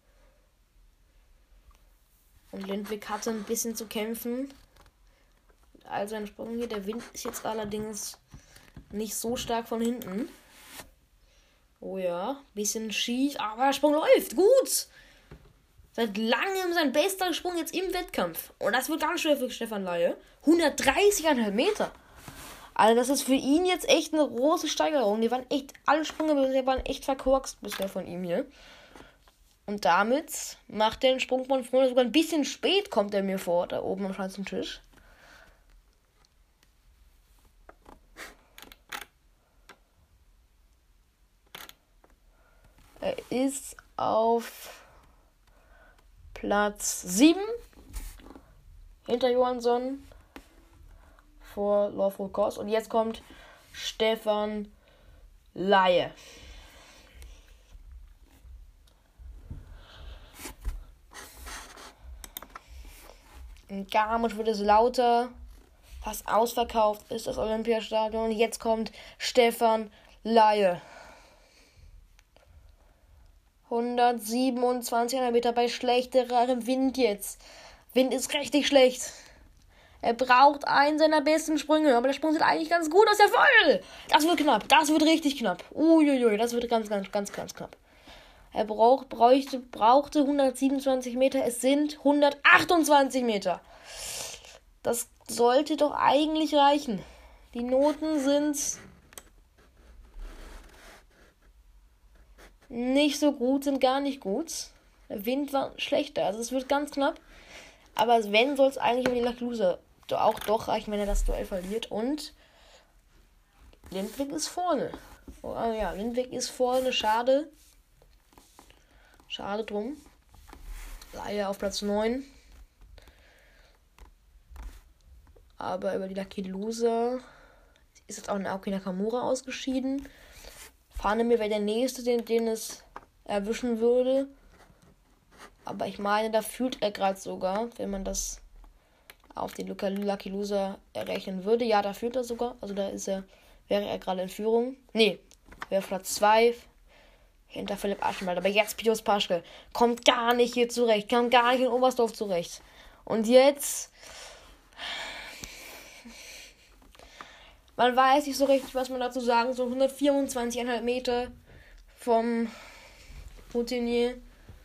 Und Lindwig hatte ein bisschen zu kämpfen. Also ein Sprung hier. Der Wind ist jetzt allerdings nicht so stark von hinten. Oh ja, bisschen schief, aber der Sprung läuft. Gut! Seit langem sein bester Sprung jetzt im Wettkampf. Und das wird ganz schwer für Stefan Laie. 130,5 Meter. Also das ist für ihn jetzt echt eine große Steigerung. Alle Sprünge bisher waren echt verkorkst bisher von ihm hier. Und damit macht er den Sprung von vorne sogar ein bisschen spät, kommt er mir vor, da oben am schwarzen Tisch. Er ist auf Platz 7 hinter Johansson vor Lawful Cause. Und jetzt kommt Stefan Laie. In Garmisch wird es lauter. Fast ausverkauft ist das Olympiastadion. Und jetzt kommt Stefan Laie. 127 Meter bei schlechterem Wind jetzt. Wind ist richtig schlecht. Er braucht einen seiner besten Sprünge. Aber der Sprung sieht eigentlich ganz gut aus. Jawohl! Das wird knapp. Das wird richtig knapp. Uiuiui, das wird ganz knapp. Er brauchte 127 Meter. Es sind 128 Meter. Das sollte doch eigentlich reichen. Die Noten sind nicht so gut, sind gar nicht gut. Der Wind war schlechter. Also es wird ganz knapp. Aber wenn, soll es eigentlich über die Lucky Loser auch doch reichen, wenn er das Duell verliert. Und Lindwig ist vorne. Oh ja, Lindwig ist vorne. Schade. Schade drum. Laie auf Platz 9. Aber über die Lucky Loser ist jetzt auch Naoki Nakamura ausgeschieden. Fanemir wäre der nächste, den es erwischen würde. Aber ich meine, da fühlt er gerade sogar, wenn man das auf den Lucky Loser errechnen würde. Ja, da führt er sogar. Also da wäre er gerade in Führung. Nee, wäre Platz 2 hinter Philipp Aschenwald. Aber jetzt Piotr Paschke kommt gar nicht hier zurecht. Kommt gar nicht in Oberstdorf zurecht. Und jetzt... Man weiß nicht so richtig, was man dazu sagen soll. 124,5 Meter vom Routinier.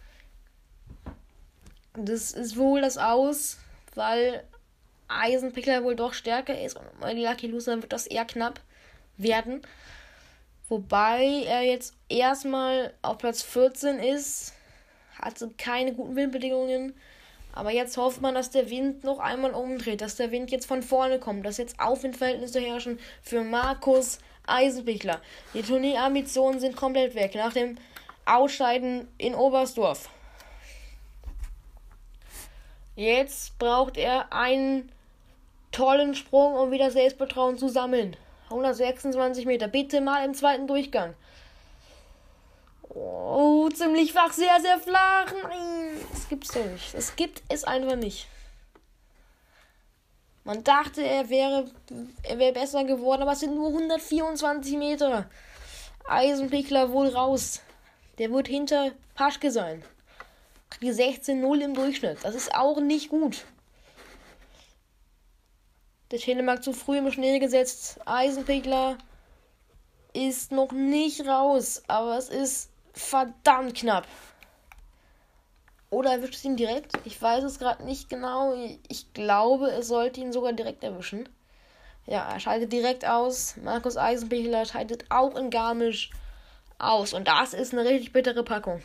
Das ist wohl das Aus, weil Eisenpickler wohl doch stärker ist. Und bei die Lucky Loser wird das eher knapp werden. Wobei er jetzt erstmal auf Platz 14 ist. Hatte keine guten Windbedingungen. Aber jetzt hofft man, dass der Wind noch einmal umdreht. Dass der Wind jetzt von vorne kommt. Dass jetzt Aufwindverhältnisse herrschen für Markus Eisenpichler. Die Turnierambitionen sind komplett weg. Nach dem Ausscheiden in Oberstdorf. Jetzt braucht er einen tollen Sprung, um wieder Selbstvertrauen zu sammeln. 126 Meter. Bitte mal im zweiten Durchgang. Oh, ziemlich flach. Sehr, sehr flach. Nein, das gibt's doch nicht. Das gibt es einfach nicht. Man dachte, er wäre besser geworden, aber es sind nur 124 Meter. Eisenpichler wohl raus. Der wird hinter Paschke sein. Die 16,0 im Durchschnitt. Das ist auch nicht gut. Der Telemark zu früh im Schnee gesetzt. Eisenpichler ist noch nicht raus, aber es ist verdammt knapp. Oder erwischt es ihn direkt? Ich weiß es gerade nicht genau. Ich glaube, es sollte ihn sogar direkt erwischen. Ja, er scheidet direkt aus. Markus Eisenpichler scheidet auch in Garmisch aus. Und das ist eine richtig bittere Packung.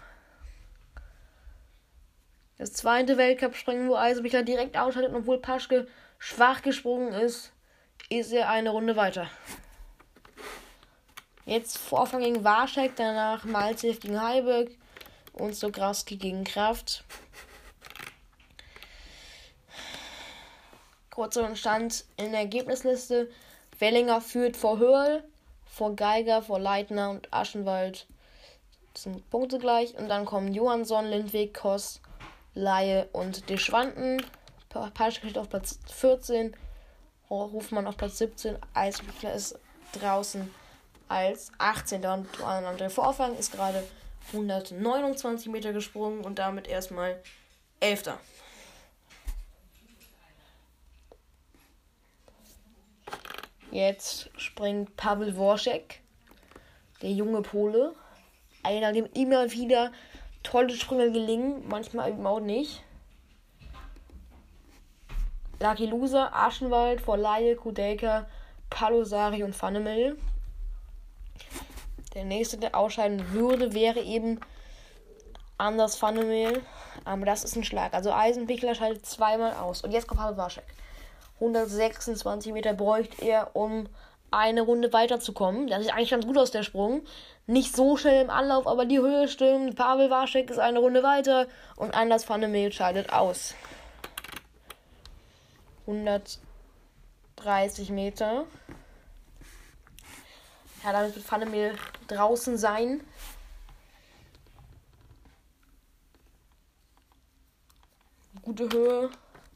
Das zweite Weltcup-Springen, wo Eisenpichler direkt ausscheidet, obwohl Paschke schwach gesprungen ist er eine Runde weiter. Jetzt Vorfang gegen Warschek, danach Malzew gegen Heiberg und Sogrowski gegen Kraft. Kurzer Stand in der Ergebnisliste. Wellinger führt vor Hörl, vor Geiger, vor Leitner und Aschenwald. Das sind Punkte gleich. Und dann kommen Johansson, Lindwig, Koss, Laie und De Schwanden. Paschke steht auf Platz 14. Hofmann auf Platz 17. Eisenpichler ist draußen als 18. Und der Vorfang ist gerade 129 Meter gesprungen und damit erstmal 11. Jetzt springt Paweł Worschek, der junge Pole. Einer, dem immer wieder tolle Sprünge gelingen, manchmal eben auch nicht. Lucky Loser, Aschenwald, vor Laie, Kudelka, Palosari und Fanemil. Der nächste, der ausscheiden würde, wäre eben Anders Fanemil. Aber das ist ein Schlag. Also Eisenpichler scheidet zweimal aus. Und jetzt kommt Paweł Worschek. 126 Meter bräuchte er, um eine Runde weiterzukommen. Das sieht eigentlich ganz gut aus, der Sprung. Nicht so schnell im Anlauf, aber die Höhe stimmt. Paweł Worschek ist eine Runde weiter und Anders Fanemil scheidet aus. 130 Meter. Ja, damit wird Fanemil draußen sein. Gute Höhe.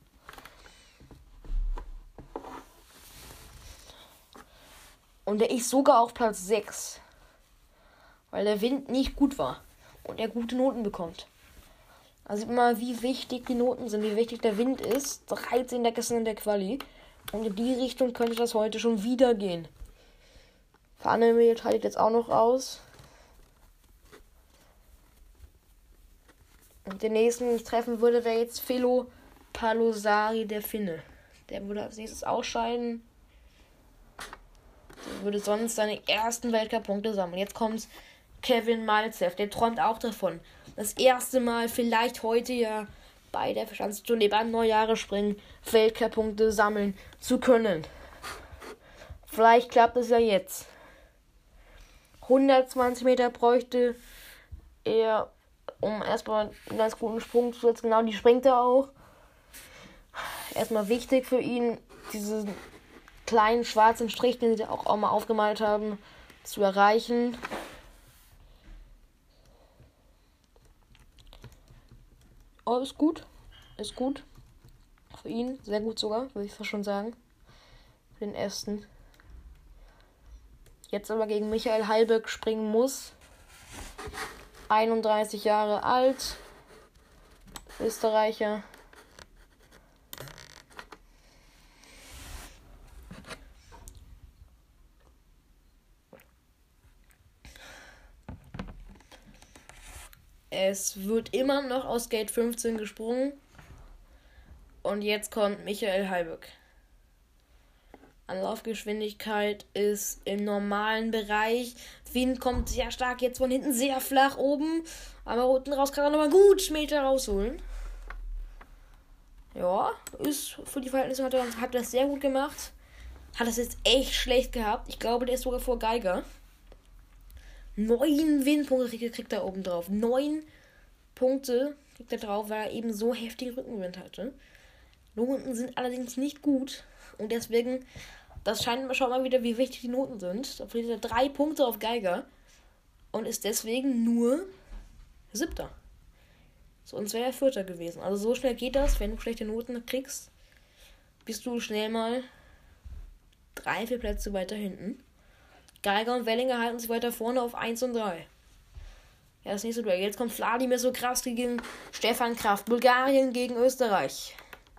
Und er ist sogar auf Platz 6. Weil der Wind nicht gut war. Und er gute Noten bekommt. Also sieht man mal, wie wichtig die Noten sind, wie wichtig der Wind ist. 13 gestern in der Quali. Und in die Richtung könnte das heute schon wieder gehen. Fanemil scheidet jetzt auch noch aus. Und den nächsten, den ich treffen würde, wäre jetzt Felo Palosari, der Finne. Der würde als nächstes ausscheiden. Der würde sonst seine ersten Weltcup-Punkte sammeln. Jetzt kommt Kevin Malzew, der träumt auch davon, das erste Mal vielleicht heute ja bei der Verstandstournee beim Neujahresspringen Weltcup-Punkte sammeln zu können. Vielleicht klappt es ja jetzt. 120 Meter bräuchte er, um erstmal einen ganz guten Sprung zu setzen. Genau, die springt er auch. Erstmal wichtig für ihn, diesen kleinen schwarzen Strich, den sie auch mal aufgemalt haben, zu erreichen. Oh, ist gut. Ist gut. Für ihn. Sehr gut sogar, würde ich fast schon sagen. Für den ersten. Jetzt aber gegen Michael Heilböck springen muss. 31 Jahre alt. Österreicher. Es wird immer noch aus Gate 15 gesprungen. Und jetzt kommt Michael Heilböck. Anlaufgeschwindigkeit ist im normalen Bereich. Wind kommt sehr stark jetzt von hinten, sehr flach oben. Aber unten raus kann er nochmal gut Meter rausholen. Ja, ist für die Verhältnisse hat das sehr gut gemacht. Hat das jetzt echt schlecht gehabt. Ich glaube, der ist sogar vor Geiger. 9 Windpunkte kriegt er oben drauf. 9 Punkte kriegt er drauf, weil er eben so heftigen Rückenwind hatte. Noten sind allerdings nicht gut. Und deswegen, das scheint schon mal wieder, wie wichtig die Noten sind. Da verliert er 3 Punkte auf Geiger. Und ist deswegen nur 7. Sonst wäre er 4. gewesen. Also so schnell geht das, wenn du schlechte Noten kriegst, bist du schnell mal 3-4 Plätze weiter hinten. Geiger und Wellinger halten sich weiter vorne auf 1 und 3. Ja, das nächste Duell. Jetzt kommt Wladimir Sokraski gegen Stefan Kraft. Bulgarien gegen Österreich.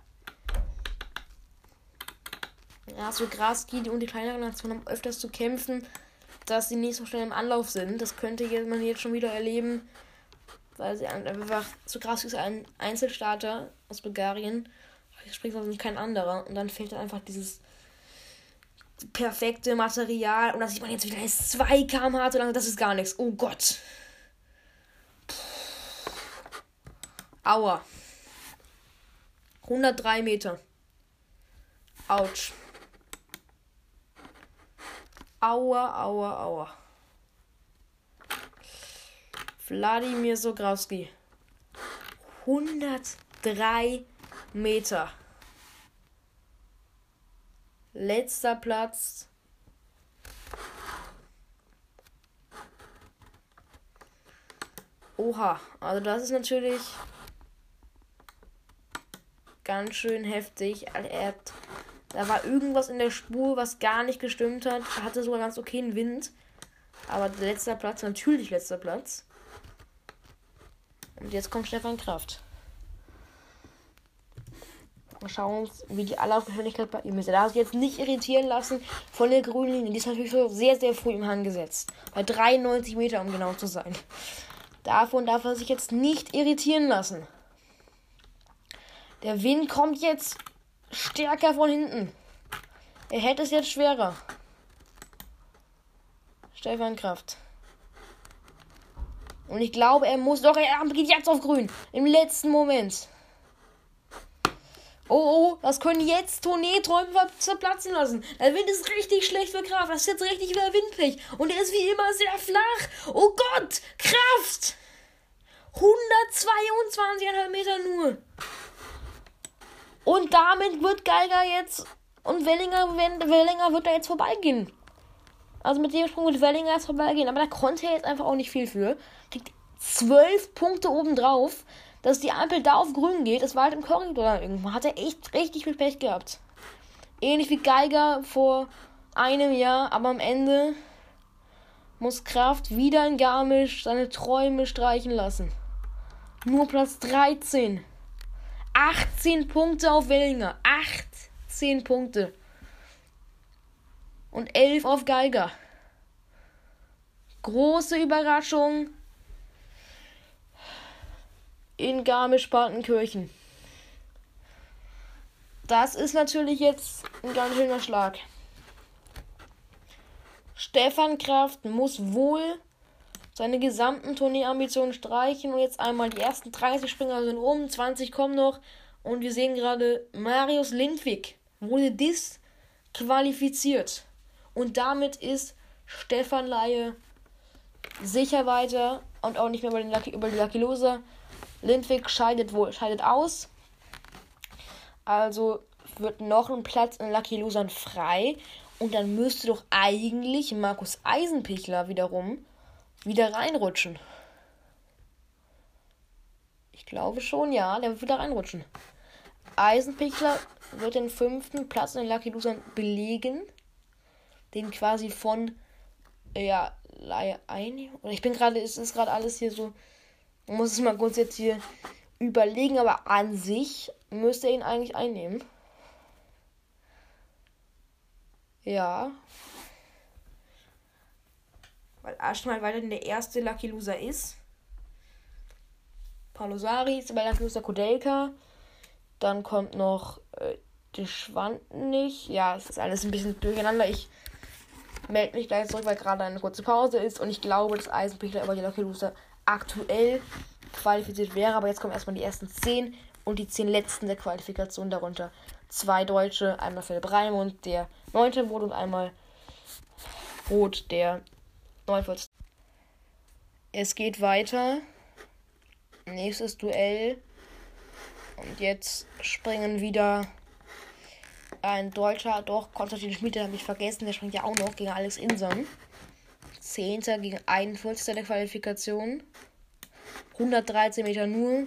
Ja, Sokraski und die kleineren Nationen haben öfters zu kämpfen, dass sie nicht so schnell im Anlauf sind. Das könnte man jetzt schon wieder erleben, weil sie einfach, Sokraski ist ein Einzelstarter aus Bulgarien. Hier springt also nicht kein anderer. Und dann fehlt dann einfach dieses perfekte Material. Und da sieht man jetzt wieder, er ist 2 km/h zu lang. Das ist gar nichts. Oh Gott. Aua. 103 Meter. Autsch. Aua, aua, aua. Wladimir Sokraski. 103 Meter. Letzter Platz. Oha, also das ist natürlich ganz schön heftig. Da war irgendwas in der Spur, was gar nicht gestimmt hat. Er hatte sogar ganz okayen Wind. Aber letzter Platz, natürlich letzter Platz. Und jetzt kommt Stefan Kraft. Mal schauen, wie die Anlaufgeschwindigkeit bei ihm ist. Er darf sich jetzt nicht irritieren lassen von der grünen Linie. Die ist natürlich so sehr, sehr früh im Hang gesetzt. Bei 93 Meter, um genau zu sein. Davon darf er sich jetzt nicht irritieren lassen. Der Wind kommt jetzt stärker von hinten. Er hätte es jetzt schwerer. Stefan Kraft. Und ich glaube, er geht jetzt auf grün. Im letzten Moment. Oh, das können jetzt Tourneeträume zerplatzen lassen. Der Wind ist richtig schlecht für Kraft. Das ist jetzt richtig wieder Windpech. Und er ist wie immer sehr flach. Oh Gott, Kraft. 122,5 Meter nur. Und damit wird Geiger jetzt und Wellinger wird da jetzt vorbeigehen. Also mit dem Sprung wird Wellinger jetzt vorbeigehen. Aber da konnte er jetzt einfach auch nicht viel für. Kriegt 12 Punkte obendrauf, dass die Ampel da auf grün geht. Das war halt im Korridor irgendwann. Hat er echt richtig viel Pech gehabt. Ähnlich wie Geiger vor einem Jahr. Aber am Ende muss Kraft wieder in Garmisch seine Träume streichen lassen. Nur Platz 13. 18 Punkte auf Wellinger. 18 Punkte. Und 11 auf Geiger. Große Überraschung in Garmisch-Partenkirchen. Das ist natürlich jetzt ein ganz schöner Schlag. Stefan Kraft muss wohl seine gesamten Tourneeambitionen streichen. Und jetzt einmal die ersten 30 Springer sind 20 kommen noch. Und wir sehen gerade, Marius Lindvik wurde disqualifiziert. Und damit ist Stefan Laie sicher weiter und auch nicht mehr über die Lucky Loser. Lindwig scheidet aus. Also wird noch ein Platz in Lucky Losern frei. Und dann müsste doch eigentlich Markus Eisenpichler wiederum wieder reinrutschen. Ich glaube schon, ja, der wird wieder reinrutschen. Eisenpichler wird den 5. Platz in den Lucky Losern belegen. Den quasi von, ja, oder ich bin gerade, es ist gerade alles hier so, man muss es mal kurz jetzt hier überlegen, aber an sich müsste er ihn eigentlich einnehmen. Ja. Weil Aschmal weiterhin der erste Lucky Loser ist. Paulo Sari ist bei Lucky Loser Kudelka. Dann kommt noch die Schwantenich. Ja, es ist alles ein bisschen durcheinander. Ich melde mich gleich zurück, weil gerade eine kurze Pause ist. Und ich glaube, dass Eisenpichler über die Lucky Loser aktuell qualifiziert wäre. Aber jetzt kommen erstmal die ersten 10 und die 10 letzten der Qualifikation. Darunter 2 Deutsche. Einmal Philipp Raimund, der 9. wurde, und einmal Roth, der 49. Es geht weiter. Nächstes Duell. Und jetzt springen wieder ein Deutscher, doch, Konstantin Schmid, den habe ich vergessen, der springt ja auch noch gegen Alex Inson. 10. gegen 41. der Qualifikation. 113 Meter nur.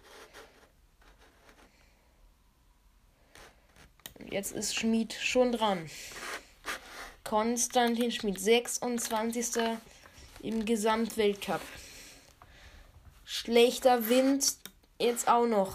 Und jetzt ist Schmid schon dran. Konstantin Schmid, 26. im Gesamtweltcup. Schlechter Wind jetzt auch noch.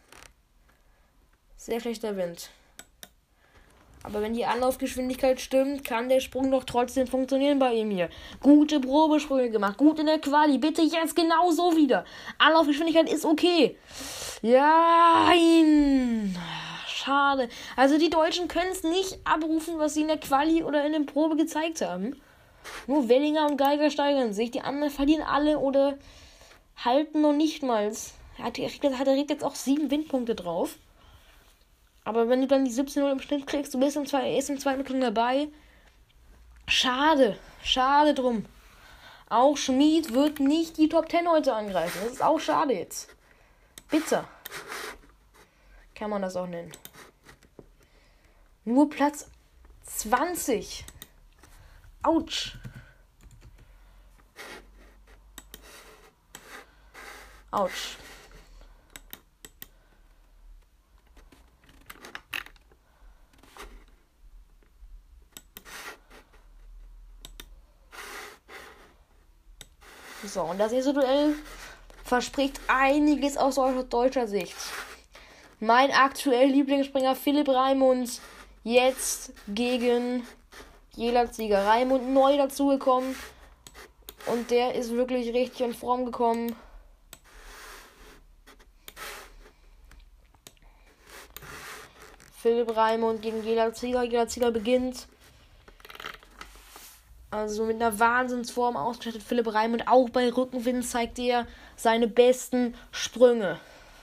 Sehr schlechter Wind. Aber wenn die Anlaufgeschwindigkeit stimmt, kann der Sprung doch trotzdem funktionieren bei ihm hier. Gute Probesprünge gemacht. Gut in der Quali. Bitte jetzt genauso wieder. Anlaufgeschwindigkeit ist okay. Ja, schade. Also die Deutschen können es nicht abrufen, was sie in der Quali oder in der Probe gezeigt haben. Nur Wellinger und Geiger steigern sich. Die anderen verlieren alle oder halten noch nicht mal. Er kriegt jetzt auch 7 Windpunkte drauf. Aber wenn du dann die 17-0 im Schnitt kriegst, du bist erst im zweiten Minuten dabei. Schade. Schade drum. Auch Schmid wird nicht die Top 10 heute angreifen. Das ist auch schade jetzt. Bitter. Kann man das auch nennen. Nur Platz 20. Autsch. Autsch. So, und das nächste Duell verspricht einiges aus deutscher Sicht. Mein aktuell Lieblingsspringer Philipp Raimund jetzt gegen Jela-Sieger. Raimund neu dazugekommen und der ist wirklich richtig in Form gekommen. Philipp Raimund gegen Jela-Sieger. Jela-Sieger beginnt also mit einer Wahnsinnsform ausgestattet. Philipp Raimund auch bei Rückenwind zeigt er seine besten Sprünge.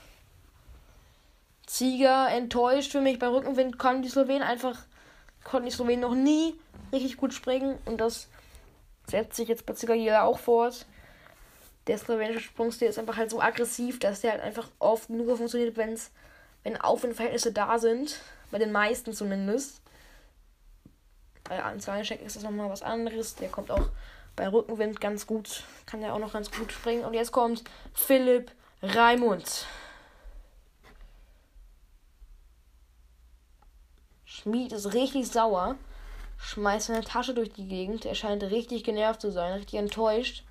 Zieger enttäuscht für mich. Bei Rückenwind konnten die Slowenen noch nie richtig gut springen. Und das setzt sich jetzt bei Zieger hier auch fort. Der slowenische Sprungstil ist einfach halt so aggressiv, dass der halt einfach oft nur funktioniert, wenn Aufwindverhältnisse da sind. Bei den meisten zumindest. Bei Anzahlcheck ist das nochmal was anderes. Der kommt auch bei Rückenwind ganz gut. Kann der auch noch ganz gut springen. Und jetzt kommt Philipp Raimund. Schmid ist richtig sauer. Schmeißt seine Tasche durch die Gegend. Er scheint richtig genervt zu sein. Richtig enttäuscht.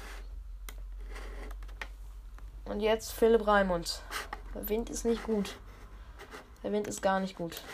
Und jetzt Philipp Raimund. Der Wind ist nicht gut. Der Wind ist gar nicht gut.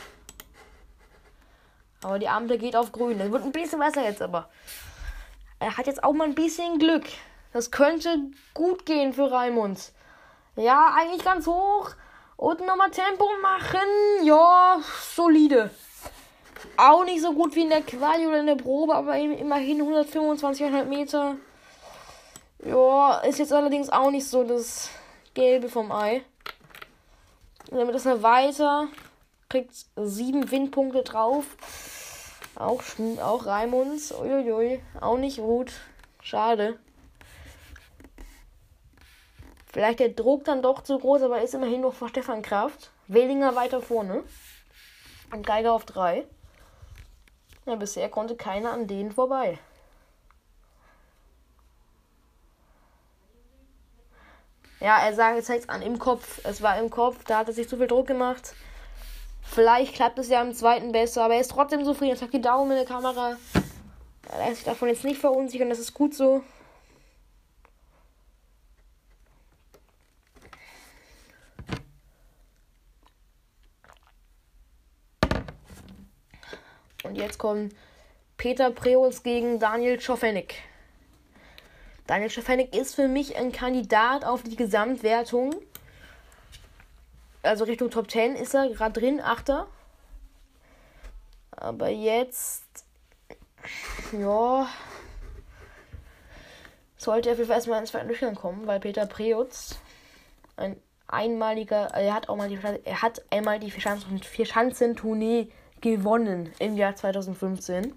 Aber die Ampel geht auf grün. Das wird ein bisschen besser jetzt aber. Er hat jetzt auch mal ein bisschen Glück. Das könnte gut gehen für Raimund. Ja, eigentlich ganz hoch. Und nochmal Tempo machen. Ja, solide. Auch nicht so gut wie in der Quali oder in der Probe, aber immerhin 125,5 Meter. Ja, ist jetzt allerdings auch nicht so das Gelbe vom Ei. Damit ist er weiter. Kriegt 7 Windpunkte drauf. Auch Raimunds. Uiuiui. Auch nicht gut. Schade. Vielleicht der Druck dann doch zu groß, aber ist immerhin noch vor Stefan Kraft. Wellinger weiter vorne. Und Geiger auf 3. Ja, bisher konnte keiner an denen vorbei. Ja, er zeigt es an im Kopf. Es war im Kopf, da hat er sich zu viel Druck gemacht. Vielleicht klappt es ja im zweiten besser, aber er ist trotzdem zufrieden. Er sagt die Daumen in der Kamera. Er lässt sich davon jetzt nicht verunsichern, das ist gut so. Und jetzt kommen Peter Preutz gegen Daniel Czofenik. Daniel Czofenik ist für mich ein Kandidat auf die Gesamtwertung. Also Richtung Top 10 ist er gerade drin, 8. Aber jetzt, ja, sollte er für erstmal ins zweite Durchgang kommen, weil Peter Preutz ein einmaliger, er hat einmal die Vierschanzentournee gewonnen im Jahr 2015.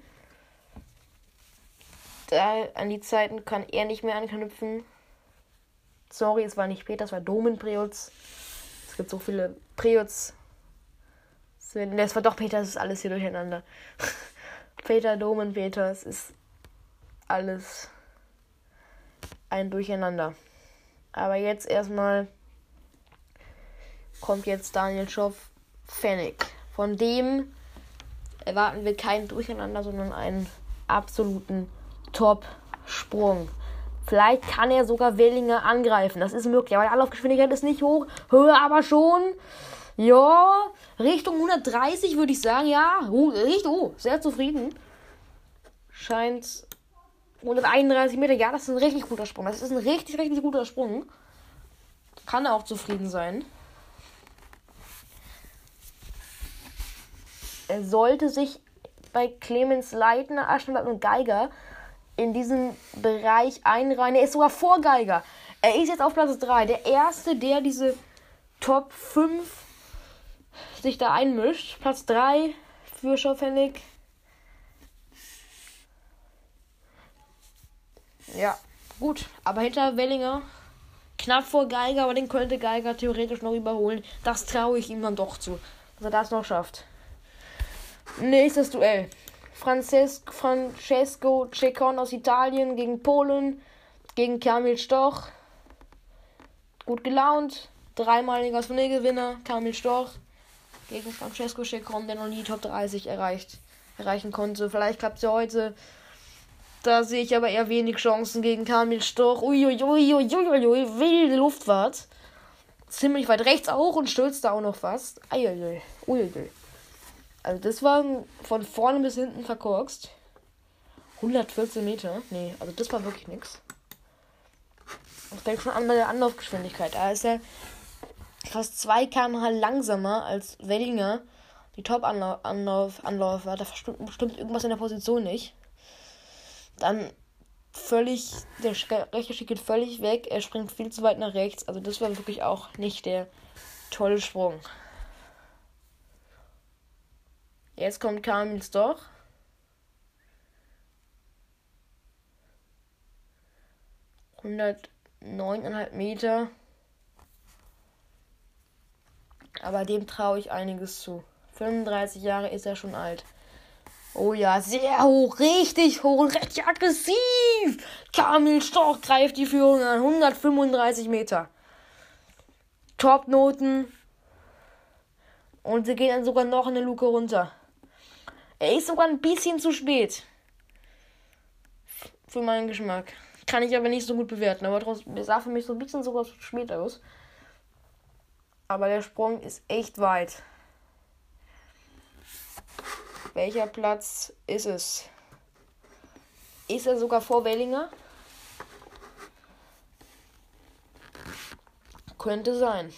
An die Zeiten kann er nicht mehr anknüpfen. Sorry, es war nicht Peter, es war Domen Preutz. Es gibt so viele Preutz. Das war doch Peter, es ist alles hier durcheinander. Peter, Domen, Peter, es ist alles ein Durcheinander. Aber jetzt erstmal kommt jetzt Daniel Czofenik. Von dem erwarten wir kein Durcheinander, sondern einen absoluten Top-Sprung. Vielleicht kann er sogar Wellinger angreifen. Das ist möglich. Aber die Anlaufgeschwindigkeit ist nicht hoch. Höher aber schon. Ja, Richtung 130 würde ich sagen. Ja, sehr zufrieden. Scheint 131 Meter. Ja, das ist ein richtig guter Sprung. Das ist ein richtig, richtig guter Sprung. Kann er auch zufrieden sein. Er sollte sich bei Clemens Leitner, Aschenblatt und Geiger in diesen Bereich einreihen. Er ist sogar vor Geiger. Er ist jetzt auf Platz 3. Der Erste, der diese Top 5 sich da einmischt. Platz 3 für Czofenik. Ja, gut. Aber hinter Wellinger knapp vor Geiger, aber den könnte Geiger theoretisch noch überholen. Das traue ich ihm dann doch zu, dass er das noch schafft. Nächstes Duell. Francesco Ceccon aus Italien gegen Polen, gegen Kamil Stoch. Gut gelaunt. Dreimaliger Turniergewinner, Kamil Stoch. Gegen Francesco Ceccon, der noch nie Top 30 erreichen konnte. Vielleicht klappt es ja heute. Da sehe ich aber eher wenig Chancen gegen Kamil Stoch. Wilde Luftfahrt. Ziemlich weit rechts auch und stürzt da auch noch fast. Uiuiui. Also das war von vorne bis hinten verkorkst. 114 Meter. Nee, also das war wirklich nix. Ich denke schon an bei der Anlaufgeschwindigkeit. Da ist er fast 2 km/h langsamer als Wellinger. Die Top-Anlauf war. Da stimmt irgendwas in der Position nicht. Dann der rechte Schick geht völlig weg. Er springt viel zu weit nach rechts. Also das war wirklich auch nicht der tolle Sprung. Jetzt kommt Kamil Stoch. (109,5 Meter). Aber dem traue ich einiges zu. 35 Jahre ist er schon alt. Oh ja, sehr hoch, richtig hoch und richtig aggressiv. Kamil Stoch greift die Führung an. 135 Meter. Top-Noten. Und sie gehen dann sogar noch eine Luke runter. Er ist sogar ein bisschen zu spät. Für meinen Geschmack. Kann ich aber nicht so gut bewerten. Aber trotzdem, es sah für mich so ein bisschen sogar zu spät aus. Aber der Sprung ist echt weit. Welcher Platz ist es? Ist er sogar vor Wellinger? Könnte sein.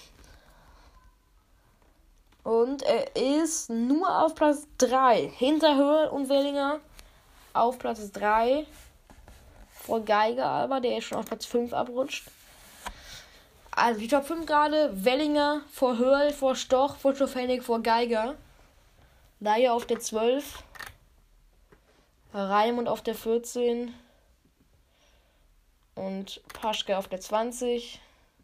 Und er ist nur auf Platz 3. Hinter Höhl und Wellinger auf Platz 3. Vor Geiger aber, der ist schon auf Platz 5 abrutscht. Also die Top 5 gerade. Wellinger vor Höhl, vor Stoch, vor Czofenik, vor Geiger. Dyer auf der 12. Raimund auf der 14. Und Paschke auf der 20.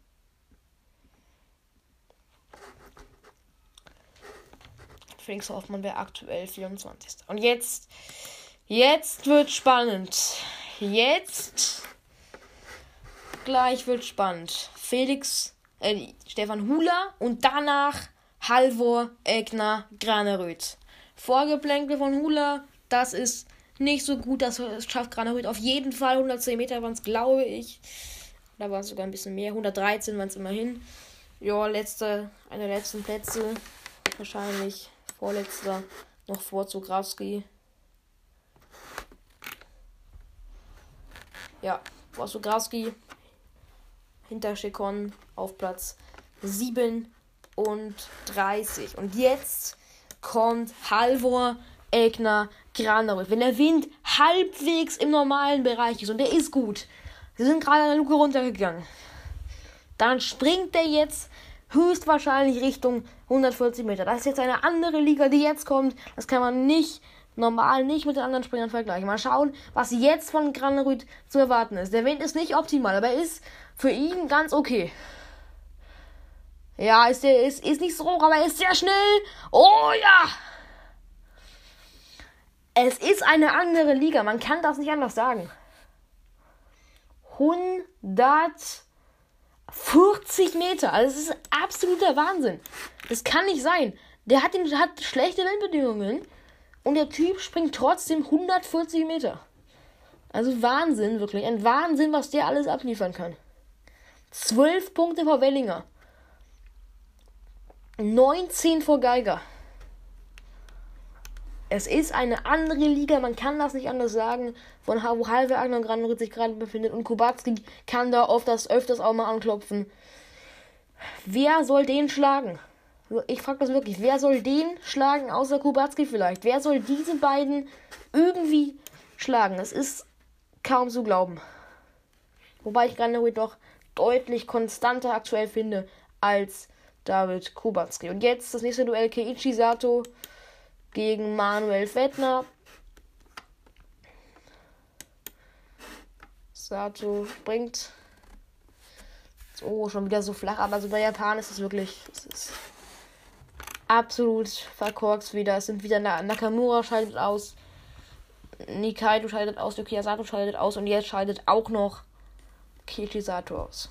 Felix Hoffmann wäre aktuell 24. Und jetzt wird spannend. Gleich wird spannend. Stefan Hula und danach Halvor Egner Graneröd. Vorgeplänkel von Hula, das ist nicht so gut, das schafft Graneröd auf jeden Fall. 110 Meter waren es, glaube ich. Da war es sogar ein bisschen mehr. 113 waren es immerhin. Ja, einer der letzten Plätze. Wahrscheinlich vorletzter. Noch vor Zugrawski. Ja, vor Zugrawski. Hinter Schekon auf Platz 37. Und jetzt kommt Halvor Egner Graneröd. Wenn der Wind halbwegs im normalen Bereich ist und der ist gut, sie sind gerade an der Luke runtergegangen, dann springt der jetzt höchstwahrscheinlich Richtung 140 Meter. Das ist jetzt eine andere Liga, die jetzt kommt. Das kann man nicht mit den anderen Springern vergleichen. Mal schauen, was jetzt von Graneröd zu erwarten ist. Der Wind ist nicht optimal, aber er ist für ihn ganz okay. Ja, ist nicht so hoch, aber er ist sehr schnell. Oh ja! Es ist eine andere Liga, man kann das nicht anders sagen. 140 Meter, also das ist absoluter Wahnsinn. Das kann nicht sein. Der hat schlechte Windbedingungen und der Typ springt trotzdem 140 Meter. Also Wahnsinn, wirklich. Ein Wahnsinn, was der alles abliefern kann. 12 Punkte vor Wellinger. 19 vor Geiger. Es ist eine andere Liga, man kann das nicht anders sagen, wo Halvor Egner Graneröd sich gerade befindet. Und Kubacki kann da öfters auch mal anklopfen. Wer soll den schlagen? Ich frage das wirklich. Wer soll den schlagen, außer Kubacki vielleicht? Wer soll diese beiden irgendwie schlagen? Es ist kaum zu glauben. Wobei ich Graneröd doch deutlich konstanter aktuell finde als David Kubacki. Und jetzt das nächste Duell: Keiichi Sato gegen Manuel Fettner. Sato springt. Oh, schon wieder so flach. Aber so bei Japan ist es wirklich. Es ist absolut verkorkst wieder. Es sind wieder Nakamura scheidet aus. Nikaido scheidet aus. Yukiya Sato scheidet aus. Und jetzt scheidet auch noch Keiichi Sato aus.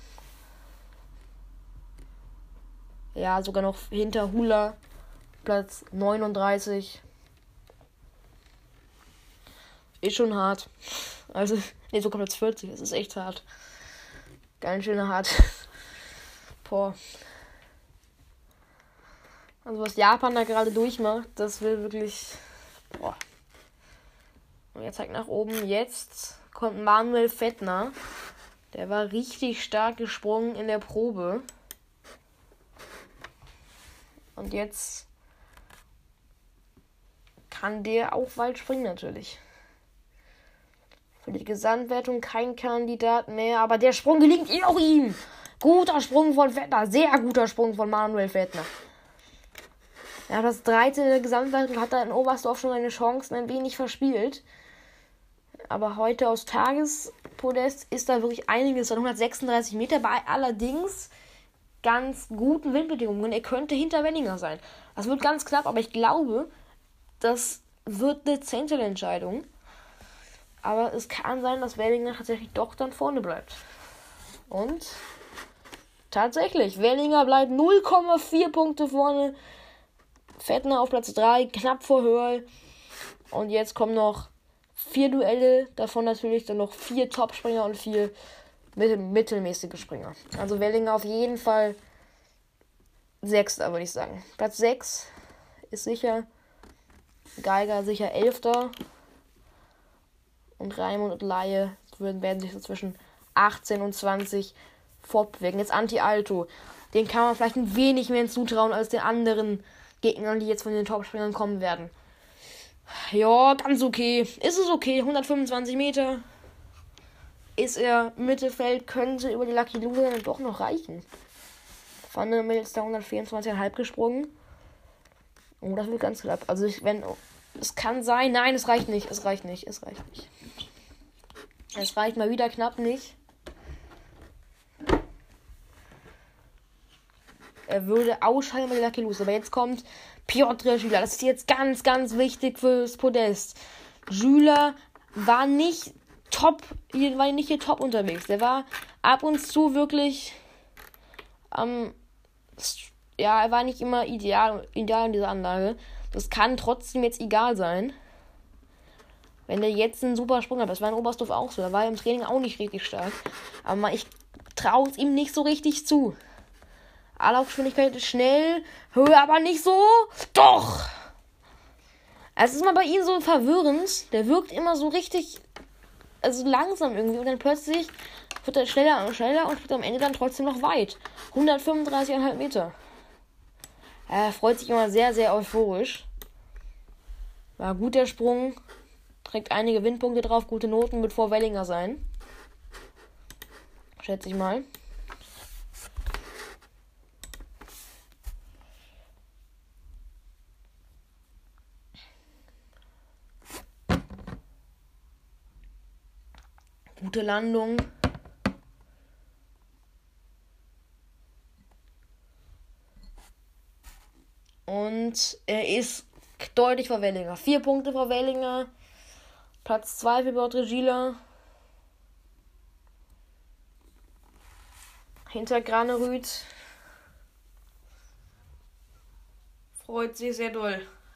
Ja, sogar noch hinter Hula. Platz 39. Ist schon hart. Also, sogar Platz 40. Das ist echt hart. Ganz schön hart. Boah. Also, was Japan da gerade durchmacht, das will wirklich. Boah. Und jetzt zeigt nach oben. Jetzt kommt Manuel Fettner. Der war richtig stark gesprungen in der Probe. Und jetzt kann der auch weit springen natürlich. Für die Gesamtwertung kein Kandidat mehr, aber der Sprung gelingt auch ihm. Guter Sprung von Fettner, sehr guter Sprung von Manuel Fettner. Er hat das 13 in der Gesamtwertung, hat da in Oberstdorf schon seine Chancen ein wenig verspielt. Aber heute aus Tagespodest ist da wirklich einiges an 136 Meter bei allerdings ganz guten Windbedingungen. Er könnte hinter Wellinger sein. Das wird ganz knapp, aber ich glaube, das wird eine Zehntelentscheidung. Aber es kann sein, dass Wellinger tatsächlich doch dann vorne bleibt. Und tatsächlich, Wellinger bleibt 0,4 Punkte vorne. Fettner auf Platz 3, knapp vor Hörl. Und jetzt kommen noch 4 Duelle, davon natürlich dann noch 4 Topspringer und 4 mittelmäßige Springer. Also Wellinger auf jeden Fall 6. würde ich sagen. Platz 6 ist sicher. Geiger sicher 11. Und Raimund und Laie werden sich so zwischen 18 und 20 fortbewegen. Jetzt Anti-Alto. Den kann man vielleicht ein wenig mehr zutrauen als den anderen Gegnern, die jetzt von den Topspringern kommen werden. Ja, ganz okay. Ist es okay. 125 Meter. Ist er im Mittelfeld, könnte über die Lucky Loser dann doch noch reichen. Van der Mel ist da 124,5 gesprungen. Oh, das wird ganz knapp. Also es kann sein. Nein, es reicht nicht. Es reicht mal wieder knapp nicht. Er würde ausscheiden bei Lucky Loser. Aber jetzt kommt Piotr Schüler. Das ist jetzt ganz, ganz wichtig fürs Podest. Schüler war nicht hier top unterwegs. Der war ab und zu wirklich er war nicht immer ideal in dieser Anlage. Das kann trotzdem jetzt egal sein. Wenn der jetzt einen super Sprung hat. Das war in Oberstdorf auch so. Da war er im Training auch nicht richtig stark. Aber ich traue es ihm nicht so richtig zu. Anlaufgeschwindigkeit ist schnell. Höhe aber nicht so. Doch! Es ist mal bei ihm so verwirrend. Der wirkt immer so richtig langsam irgendwie. Und dann plötzlich wird er schneller und schneller und wird am Ende dann trotzdem noch weit. 135,5 Meter. Er freut sich immer sehr, sehr euphorisch. War gut der Sprung. Trägt einige Windpunkte drauf. Gute Noten, wird vor Wellinger sein. Schätze ich mal. Gute Landung. Und er ist deutlich vor Wellinger. 4 Punkte vor Wellinger. Platz 2 für Piotr Schüler. Hinter Granerüth. Freut sich sehr doll.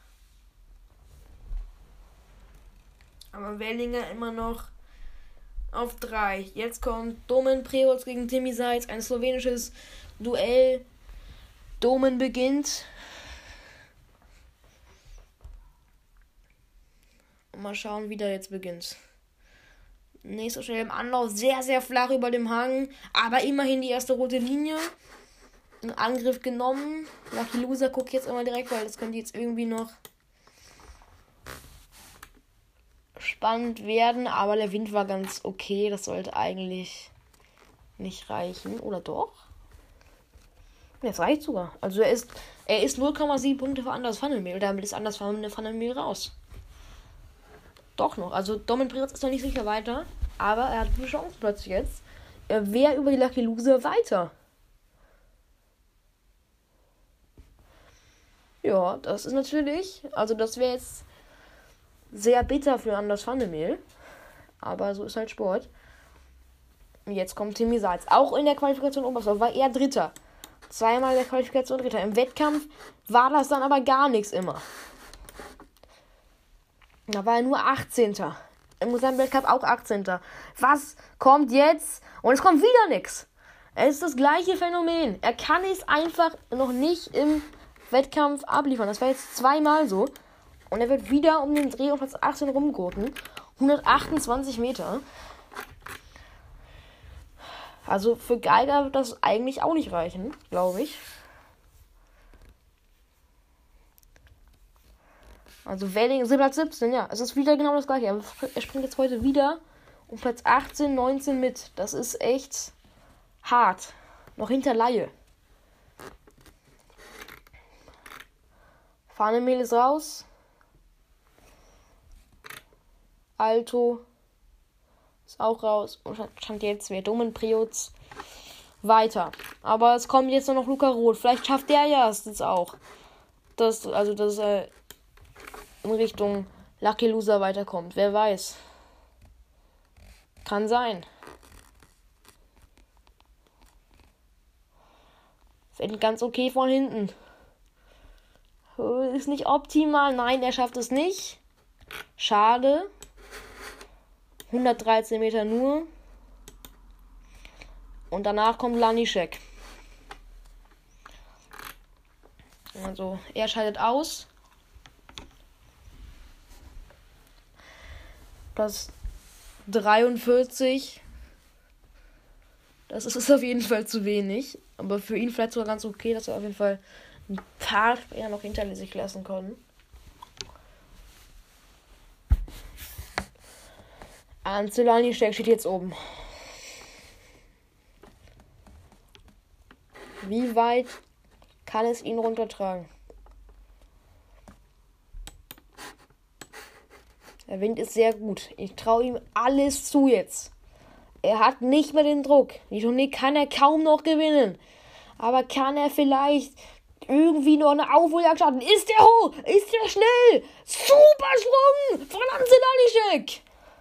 Aber Wellinger immer noch auf 3. Jetzt kommt Domen Preoc gegen Timmy Seitz. Ein slowenisches Duell. Domen beginnt. Mal schauen, wie der jetzt beginnt. Nicht so schnell im Anlauf. Sehr, sehr flach über dem Hang. Aber immerhin die erste rote Linie. Ein Angriff genommen. Lucky Loser guckt jetzt immer direkt, weil das könnte jetzt irgendwie noch spannend werden. Aber der Wind war ganz okay. Das sollte eigentlich nicht reichen. Oder doch? Das reicht sogar. Also er ist 0,7 Punkte für Anders Van der Merwe. Damit ist Anders Van der Merwe raus. Doch noch. Also Domen Preoc ist noch nicht sicher weiter. Aber er hat gute Chancen plötzlich jetzt. Er wäre über die Lucky Loser weiter. Ja, das ist natürlich. Also das wäre jetzt sehr bitter für Anders Van der Merwe. Aber so ist halt Sport. Und jetzt kommt Timmy Seitz. Auch in der Qualifikation Oberstdorf war er Dritter. Zweimal in der Qualifikation Dritter. Im Wettkampf war das dann aber gar nichts immer. Da war er nur 18. Im Gesamtweltcup auch 18. Was kommt jetzt? Und es kommt wieder nichts. Es ist das gleiche Phänomen. Er kann es einfach noch nicht im Wettkampf abliefern. Das war jetzt zweimal so. Und er wird wieder um den Dreh um Platz 18 rumgurken. 128 Meter. Also für Geiger wird das eigentlich auch nicht reichen, glaube ich. Also Wellinger, Platz 17, ja. Es ist wieder genau das gleiche. Er springt jetzt heute wieder um Platz 18, 19 mit. Das ist echt hart. Noch hinter Laie. Van der Merwe ist raus. Alto ist auch raus. Und stand jetzt wer Domen Preoc weiter. Aber es kommt jetzt nur noch Luca Roth. Vielleicht schafft der ja es jetzt auch. Dass in Richtung Lucky Loser weiterkommt. Wer weiß. Kann sein. Fällt ganz okay von hinten. Ist nicht optimal. Nein, er schafft es nicht. Schade. 113 Meter nur. Und danach kommt Lanišek. Also, er scheidet aus. Platz 43. Das ist auf jeden Fall zu wenig. Aber für ihn vielleicht sogar ganz okay, dass er auf jeden Fall ein paar eher noch hinter sich lassen konnten. Lanišek steht jetzt oben. Wie weit kann es ihn runtertragen? Der Wind ist sehr gut. Ich traue ihm alles zu jetzt. Er hat nicht mehr den Druck. Die Tournee kann er kaum noch gewinnen. Aber kann er vielleicht irgendwie noch eine Aufholjagd starten? Ist der hoch? Ist der schnell? Super Sprung von Anselanischek.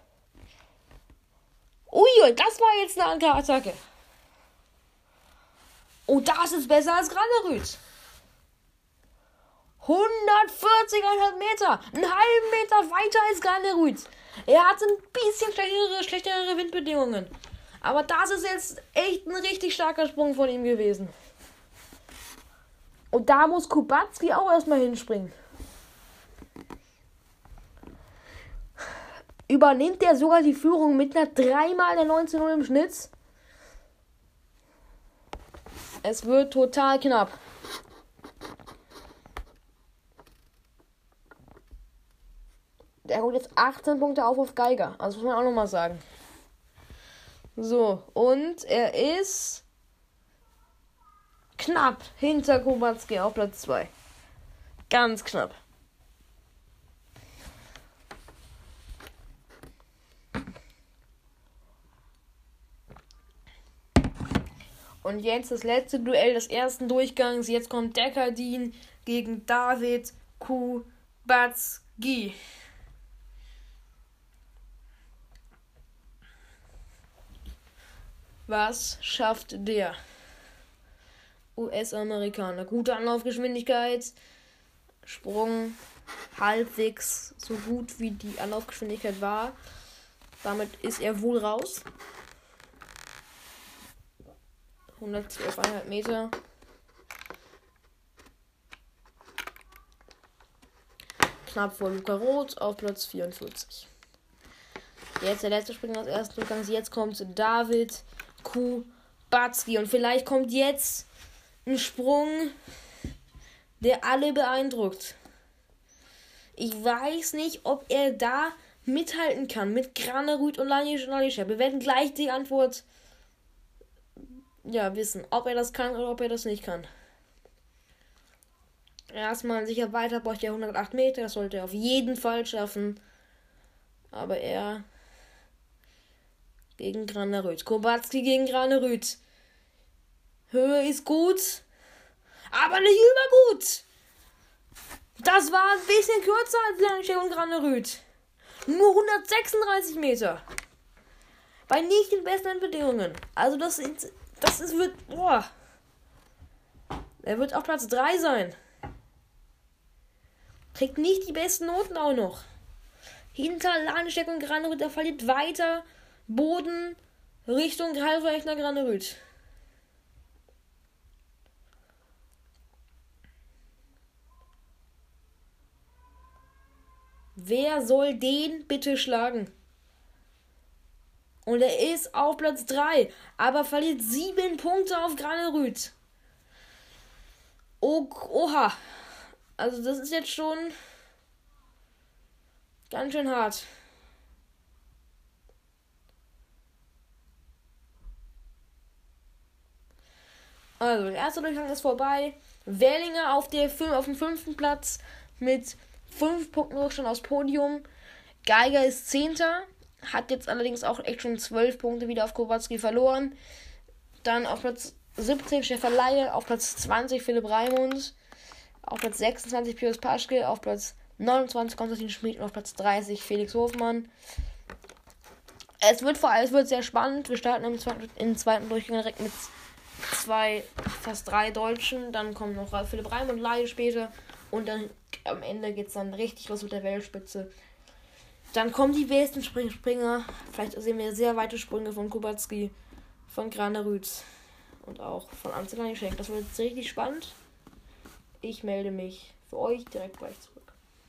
Ui, das war jetzt eine andere Attacke. Oh, das ist besser als Granerüth. 140,5 Meter. Einen halben Meter weiter als Granerüth. Er hatte ein bisschen schlechtere Windbedingungen. Aber das ist jetzt echt ein richtig starker Sprung von ihm gewesen. Und da muss Kubacki auch erstmal hinspringen. Übernimmt er sogar die Führung mit einer 3x der 19:0 im Schnitt? Es wird total knapp. Der holt jetzt 18 Punkte auf Geiger. Also muss man auch nochmal sagen. So, und er ist knapp hinter Kubacki auf Platz 2. Ganz knapp. Und jetzt das letzte Duell des ersten Durchgangs. Jetzt kommt Dekadin gegen David Kubacki. Was schafft der US-Amerikaner? Gute Anlaufgeschwindigkeit, Sprung halbwegs so gut wie die Anlaufgeschwindigkeit war. Damit ist er wohl raus. 112,5 Meter. Knapp vor Luca Roth auf Platz 44. Jetzt der letzte Springer des ersten Durchgangs. Jetzt kommt David Kubacki. Und vielleicht kommt jetzt ein Sprung, der alle beeindruckt. Ich weiß nicht, ob er da mithalten kann mit Granerüth und Lanischek. Wir werden gleich die Antwort wissen, ob er das kann oder ob er das nicht kann. Erstmal sicher weiter braucht er 108 Meter. Das sollte er auf jeden Fall schaffen. Aber er gegen Granerüth. Kubacki gegen Granerüth. Höhe ist gut, aber nicht übergut. Das war ein bisschen kürzer als Lanischek und Granerüth. Nur 136 Meter. Bei nicht den besten Bedingungen. Also er wird auf Platz 3 sein. Kriegt nicht die besten Noten auch noch. Hinter Lanischek und Granerüth, der verliert weiter Boden Richtung Halbrechner Granerüth. Wer soll den bitte schlagen? Und er ist auf Platz 3, aber verliert 7 Punkte auf Granerüth. Oha. Also das ist jetzt schon ganz schön hart. Also der erste Durchgang ist vorbei. Wellinger auf dem 5. Platz mit 5 Punkten Rückstand aufs Podium. Geiger ist 10. Hat jetzt allerdings auch echt schon 12 Punkte wieder auf Kubacki verloren. Dann auf Platz 17 Stefan Laie, auf Platz 20 Philipp Raimund, auf Platz 26 Pius Paschke, auf Platz 29 Konstantin Schmid und auf Platz 30 Felix Hofmann. Es wird sehr spannend. Wir starten im zweiten Durchgang direkt mit fast 3 Deutschen. Dann kommt noch Philipp Raimund Laie später. Und dann am Ende geht es dann richtig los mit der Weltspitze. Dann kommen die besten Springer. Vielleicht sehen wir sehr weite Sprünge von Kubacki, von Granerüth und auch von Anselanischek. Das wird jetzt richtig spannend. Ich melde mich für euch direkt gleich zurück.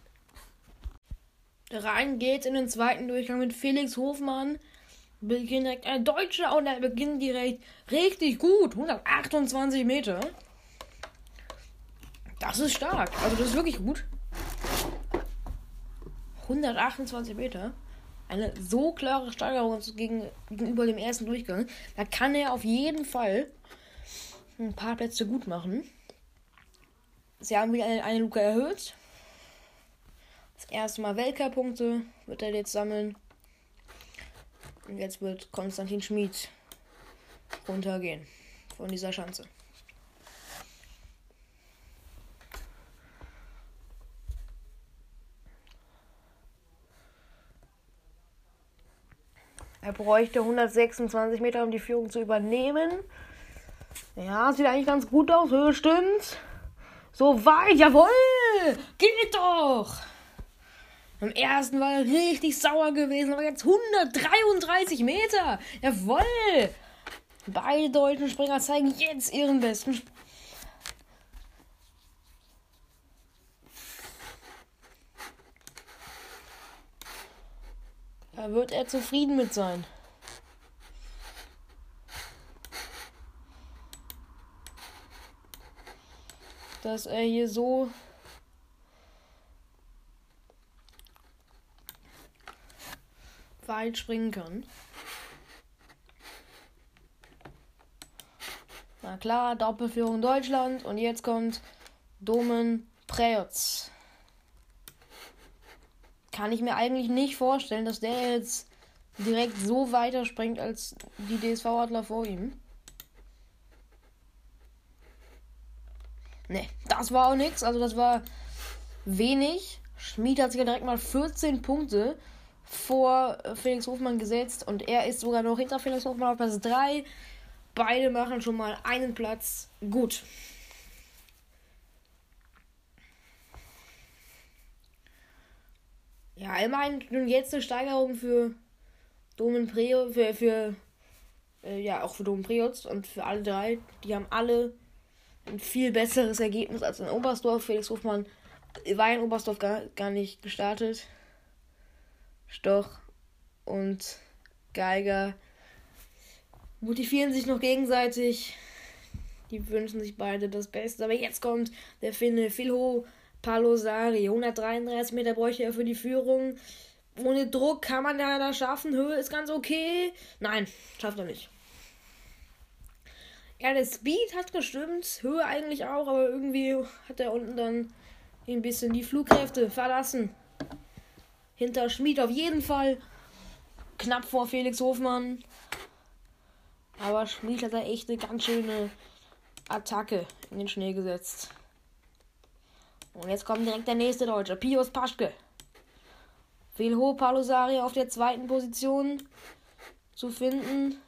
Rein geht's in den zweiten Durchgang mit Felix Hofmann. Beginnt direkt ein Deutscher und er beginnt direkt richtig gut. 128 Meter. Das ist stark. Also das ist wirklich gut. 128 Meter. Eine so klare Steigerung gegenüber dem ersten Durchgang. Da kann er auf jeden Fall ein paar Plätze gut machen. Sie haben wieder eine Luke erhöht. Das erste Mal Weltcup-Punkte wird er jetzt sammeln. Und jetzt wird Konstantin Schmid runtergehen von dieser Schanze. Er bräuchte 126 Meter, um die Führung zu übernehmen. Ja, sieht eigentlich ganz gut aus. Höhe stimmt. So weit, jawohl! Geht doch! Am ersten war er richtig sauer gewesen, aber jetzt 133 Meter! Jawohl! Beide deutschen Springer zeigen jetzt ihren besten Sprung. Da wird er zufrieden mit sein. Dass er hier so weit springen kann. Na klar, Doppelführung Deutschland und jetzt kommt Domen Preutz. Kann ich mir eigentlich nicht vorstellen, dass der jetzt direkt so weiterspringt als die DSV-Adler vor ihm. Ne, das war auch nichts. Also das war wenig. Schmid hat sich ja direkt mal 14 Punkte vor Felix Hofmann gesetzt. Und er ist sogar noch hinter Felix Hofmann auf Platz 3. Beide machen schon mal einen Platz gut. Ja, immerhin nun jetzt eine Steigerung für Domen Preutz, auch für Domen Preutz und für alle drei. Die haben alle ein viel besseres Ergebnis als in Oberstdorf. Felix Hofmann war in Oberstdorf gar nicht gestartet. Stoch und Geiger motivieren sich noch gegenseitig. Die wünschen sich beide das Beste. Aber jetzt kommt der Finne Filho Palosari. 133 Meter bräuchte er für die Führung. Ohne Druck kann man da schaffen. Höhe ist ganz okay. Nein, schafft er nicht. Ja, der Speed hat gestimmt. Höhe eigentlich auch. Aber irgendwie hat er unten dann ein bisschen die Flugkräfte verlassen. Hinter Schmid auf jeden Fall. Knapp vor Felix Hofmann. Aber Schmid hat da echt eine ganz schöne Attacke in den Schnee gesetzt. Und jetzt kommt direkt der nächste Deutsche. Pius Paschke. Filho Palosari auf der zweiten Position zu finden.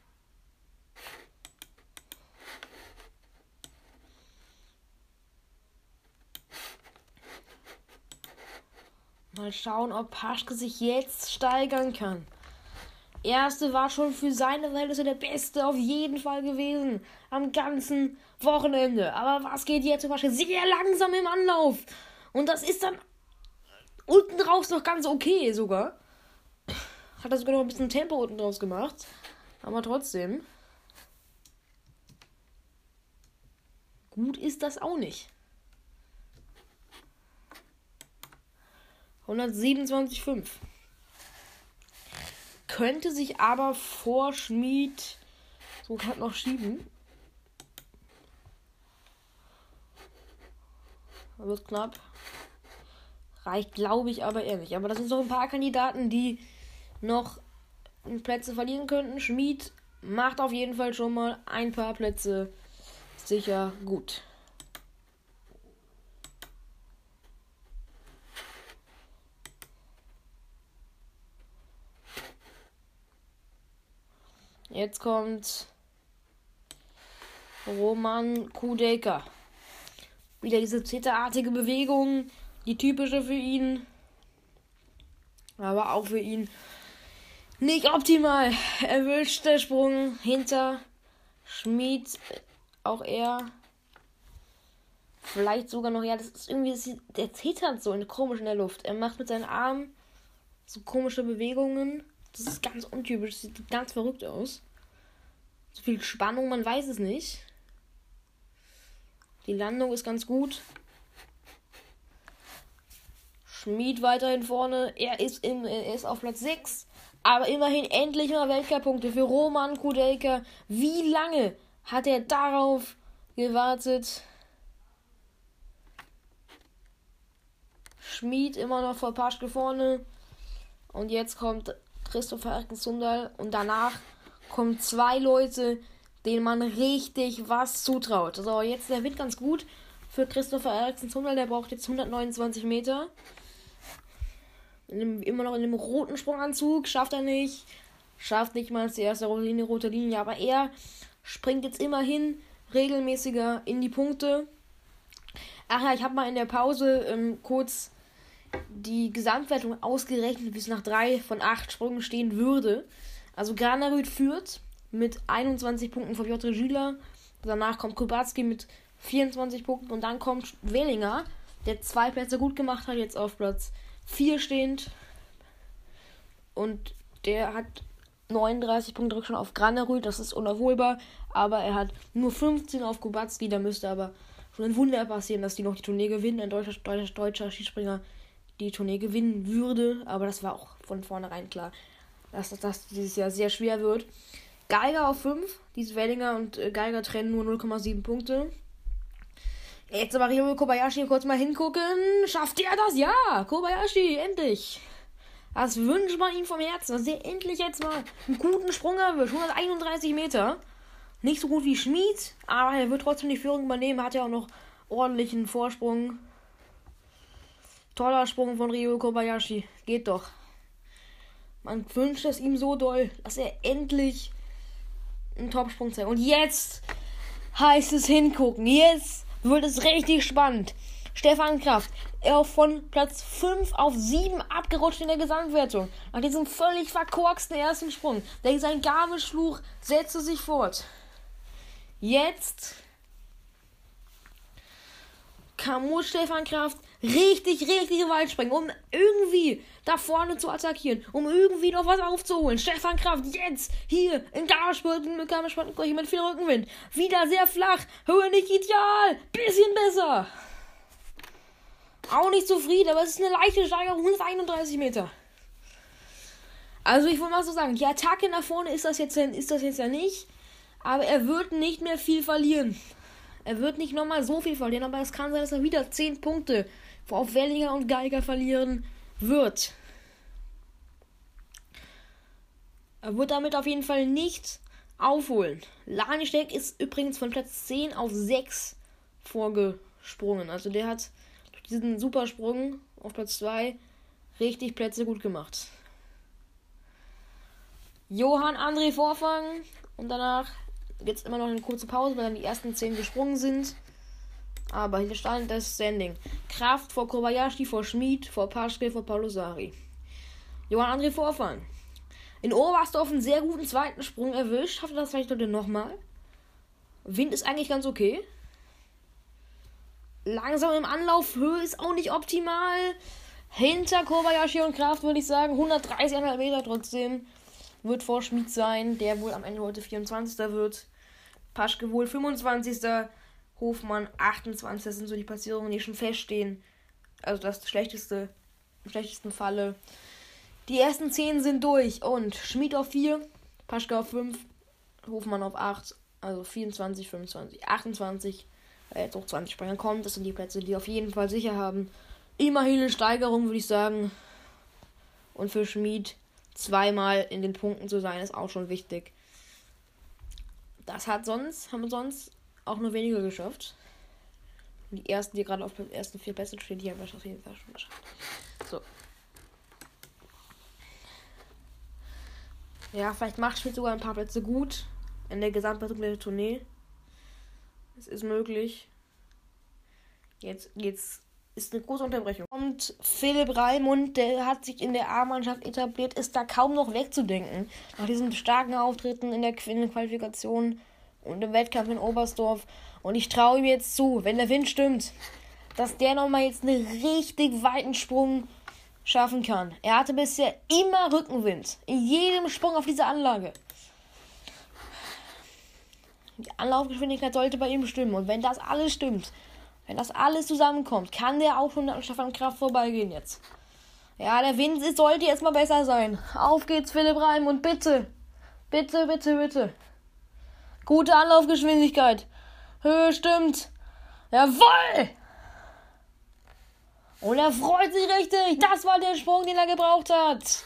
Mal schauen, ob Paschke sich jetzt steigern kann. Erste war schon für seine Verhältnisse der Beste auf jeden Fall gewesen. Am ganzen Wochenende. Aber was geht jetzt zum Beispiel sehr langsam im Anlauf. Und das ist dann unten draus noch ganz okay sogar. Hat er sogar noch ein bisschen Tempo unten draus gemacht. Aber trotzdem. Gut ist das auch nicht. 127,5. Könnte sich aber vor Schmid so gerade noch schieben. Das wird knapp. Reicht, glaube ich, aber eher nicht. Aber das sind so ein paar Kandidaten, die noch Plätze verlieren könnten. Schmid macht auf jeden Fall schon mal ein paar Plätze sicher gut. Jetzt kommt Roman Kudelka. Wieder diese zitterartige Bewegung, die typische für ihn. Aber auch für ihn nicht optimal. Erwischt der Sprung hinter Schmid. Auch er. Vielleicht sogar noch, ja, das ist irgendwie, der zittert so komisch in der Luft. Er macht mit seinen Armen so komische Bewegungen. Das ist ganz untypisch, das sieht ganz verrückt aus. So viel Spannung, man weiß es nicht. Die Landung ist ganz gut. Schmid weiterhin vorne. Er ist auf Platz 6. Aber immerhin endlich mal Weltcup-Punkte für Roman Kudelka. Wie lange hat er darauf gewartet? Schmid immer noch vor Paschke vorne. Und jetzt kommt Christopher Erkens-Sundal. Und danach kommen zwei Leute, denen man richtig was zutraut. So, jetzt der Wind ganz gut für Christopher Erkens-Sundal. Der braucht jetzt 129 Meter. Immer noch in dem roten Sprunganzug. Schafft er nicht. schafft nicht mal die erste rote Linie, aber er springt jetzt immerhin regelmäßiger in die Punkte. Ach ja, ich habe mal in der Pause kurz die Gesamtwertung ausgerechnet, wie es nach 3 von 8 Sprüngen stehen würde. Also Granerüt führt mit 21 Punkten vor Piotr Gila. Danach kommt Kubacki mit 24 Punkten und dann kommt Wellinger, der 2 Plätze gut gemacht hat, jetzt auf Platz 4 stehend. Und der hat 39 Punkte Rückstand auf Granerüt, das ist unerholbar, aber er hat nur 15 auf Kubacki, da müsste aber schon ein Wunder passieren, dass die noch die Tournee gewinnen, ein deutscher Skispringer die Tournee gewinnen würde, aber das war auch von vornherein klar, dass das dieses Jahr sehr schwer wird. Geiger auf 5, diese Wellinger und Geiger trennen nur 0,7 Punkte. Jetzt aber Ryo Kobayashi kurz mal hingucken, schafft er das? Ja, Kobayashi, endlich! Das wünscht man ihm vom Herzen, dass er endlich jetzt mal einen guten Sprung erwischt, 131 Meter. Nicht so gut wie Schmid, aber er wird trotzdem die Führung übernehmen, hat ja auch noch ordentlichen Vorsprung. Toller Sprung von Ryo Kobayashi. Geht doch. Man wünscht es ihm so doll, dass er endlich einen Topsprung zeigt. Und jetzt heißt es hingucken. Jetzt wird es richtig spannend. Stefan Kraft, er von Platz 5 auf 7 abgerutscht in der Gesamtwertung. Nach diesem völlig verkorksten ersten Sprung. Sein Gabelfluch setzte sich fort. Jetzt muss Stefan Kraft richtig weit springen, um irgendwie da vorne zu attackieren, um irgendwie noch was aufzuholen. Stefan Kraft jetzt hier in Gabelspurten mit viel Rückenwind. Wieder sehr flach, Höhe nicht ideal, bisschen besser. Auch nicht zufrieden, aber es ist eine leichte Steigerung, 131 Meter. Also ich wollte mal so sagen, die Attacke nach vorne ist das jetzt ja nicht, aber er wird nicht mehr viel verlieren. Er wird nicht nochmal so viel verlieren, aber es kann sein, dass er wieder 10 Punkte auf Wellinger und Geiger verlieren wird. Er wird damit auf jeden Fall nicht aufholen. Lanišek ist übrigens von Platz 10 auf 6 vorgesprungen. Also der hat durch diesen Supersprung auf Platz 2 richtig Plätze gut gemacht. Johann André Vorfang und danach jetzt immer noch eine kurze Pause, weil dann die ersten 10 gesprungen sind. Aber hier stand das Standing. Kraft vor Kobayashi, vor Schmid, vor Paschke, vor Paulosari. Johann André Vorfang. In Oberstdorf einen sehr guten zweiten Sprung erwischt. Schafft er das vielleicht heute nochmal? Wind ist eigentlich ganz okay. Langsam im Anlauf, Höhe ist auch nicht optimal. Hinter Kobayashi und Kraft würde ich sagen, 130,5 Meter trotzdem. Wird vor Schmid sein, der wohl am Ende heute 24. wird. Paschke wohl 25. Hofmann 28. Das sind so die Platzierungen, die schon feststehen. Also das Schlechteste, im schlechtesten Falle. Die ersten 10 sind durch. Und Schmid auf 4, Paschke auf 5, Hofmann auf 8. Also 24, 25, 28. Weil jetzt auch 20 Springer kommt. Das sind die Plätze, die auf jeden Fall sicher haben. Immerhin eine Steigerung, würde ich sagen. Und für Schmid zweimal in den Punkten zu sein, ist auch schon wichtig. Das haben sonst auch nur wenige geschafft. Die ersten, die gerade auf den ersten 4 Plätzen stehen, die haben das auf jeden Fall schon geschafft. So. Ja, vielleicht macht Schmid sogar ein paar Plätze gut in der Gesamtwertung der Tournee. Es ist möglich. Jetzt ist eine große Unterbrechung. Und Philipp Raimund, der hat sich in der A-Mannschaft etabliert, ist da kaum noch wegzudenken. Nach diesen starken Auftritten in der Qualifikation und im Wettkampf in Oberstdorf. Und ich traue ihm jetzt zu, wenn der Wind stimmt, dass der nochmal jetzt einen richtig weiten Sprung schaffen kann. Er hatte bisher immer Rückenwind. In jedem Sprung auf dieser Anlage. Die Anlaufgeschwindigkeit sollte bei ihm stimmen. Und wenn das alles stimmt, wenn das alles zusammenkommt, kann der auch schon an Stefan Kraft vorbeigehen jetzt. Ja, der Wind sollte jetzt mal besser sein. Auf geht's, Philipp Raimund, bitte. Bitte, bitte, bitte. Gute Anlaufgeschwindigkeit. Höhe stimmt. Jawohl! Und er freut sich richtig. Das war der Sprung, den er gebraucht hat.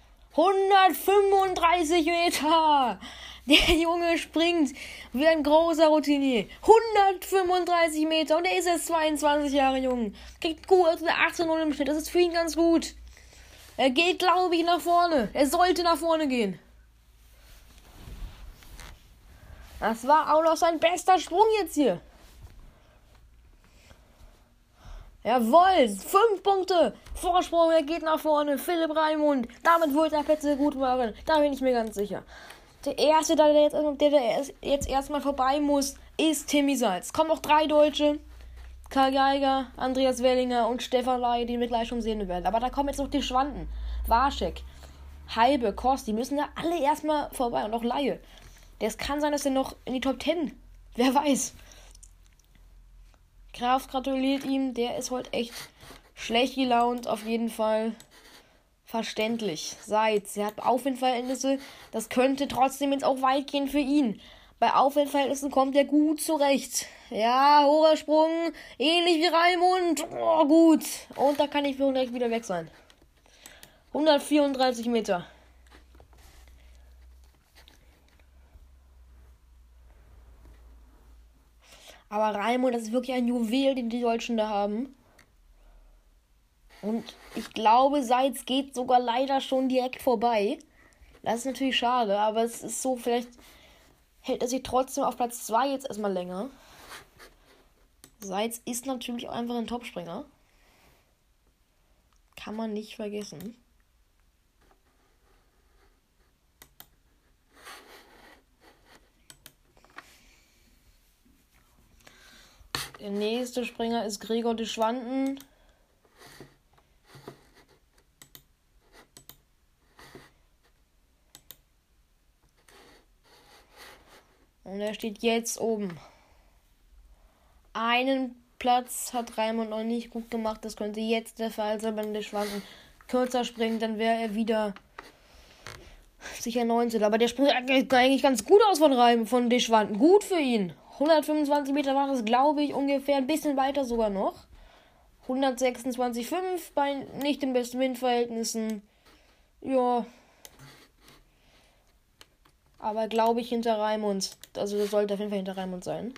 135 Meter. Der Junge springt wie ein großer Routinier. 135 Meter und er ist jetzt 22 Jahre jung. Kriegt gut, also 18,0 im Schnitt. Das ist für ihn ganz gut. Er geht, glaube ich, nach vorne. Er sollte nach vorne gehen. Das war auch noch sein bester Sprung jetzt hier. Jawohl, 5 Punkte. Vorsprung, er geht nach vorne. Philipp Raimund. Damit wird er Plätze gut machen. Da bin ich mir ganz sicher. Der Erste, der jetzt erstmal vorbei muss, ist Timmy Seitz. Kommen noch 3 Deutsche. Karl Geiger, Andreas Wellinger und Stefan Laie, die wir gleich schon sehen werden. Aber da kommen jetzt noch die Schwanden. Warschek, Heibe, Kost, die müssen da alle erstmal vorbei. Und auch Laie. Es kann sein, dass er noch in die Top 10. Wer weiß. Graf gratuliert ihm. Der ist heute echt schlecht gelaunt. Auf jeden Fall verständlich. Seitz, er hat Aufwindverhältnisse. Das könnte trotzdem jetzt auch weit gehen für ihn. Bei Aufwindverhältnissen kommt er gut zurecht. Ja, hoher Sprung. Ähnlich wie Raimund. Oh, gut. Und da kann die Führung direkt wieder weg sein. 134 Meter. Aber Raimund, das ist wirklich ein Juwel, den die Deutschen da haben. Und ich glaube, Seitz geht sogar leider schon direkt vorbei. Das ist natürlich schade, aber es ist so, vielleicht hält er sich trotzdem auf Platz 2 jetzt erstmal länger. Seitz ist natürlich auch einfach ein Topspringer. Kann man nicht vergessen. Der nächste Springer ist Gregor de Schwanden. Und er steht jetzt oben. Einen Platz hat Raimund noch nicht gut gemacht. Das könnte jetzt der Fall sein, wenn der Schwanden kürzer springt. Dann wäre er wieder sicher 19. Aber der springt eigentlich ganz gut aus von de Schwanden. Gut für ihn. 125 Meter war das, glaube ich, ungefähr. Ein bisschen weiter sogar noch. 126,5 bei nicht den besten Windverhältnissen. Ja. Aber glaube ich hinter Raimund. Also das sollte auf jeden Fall hinter Raimund sein.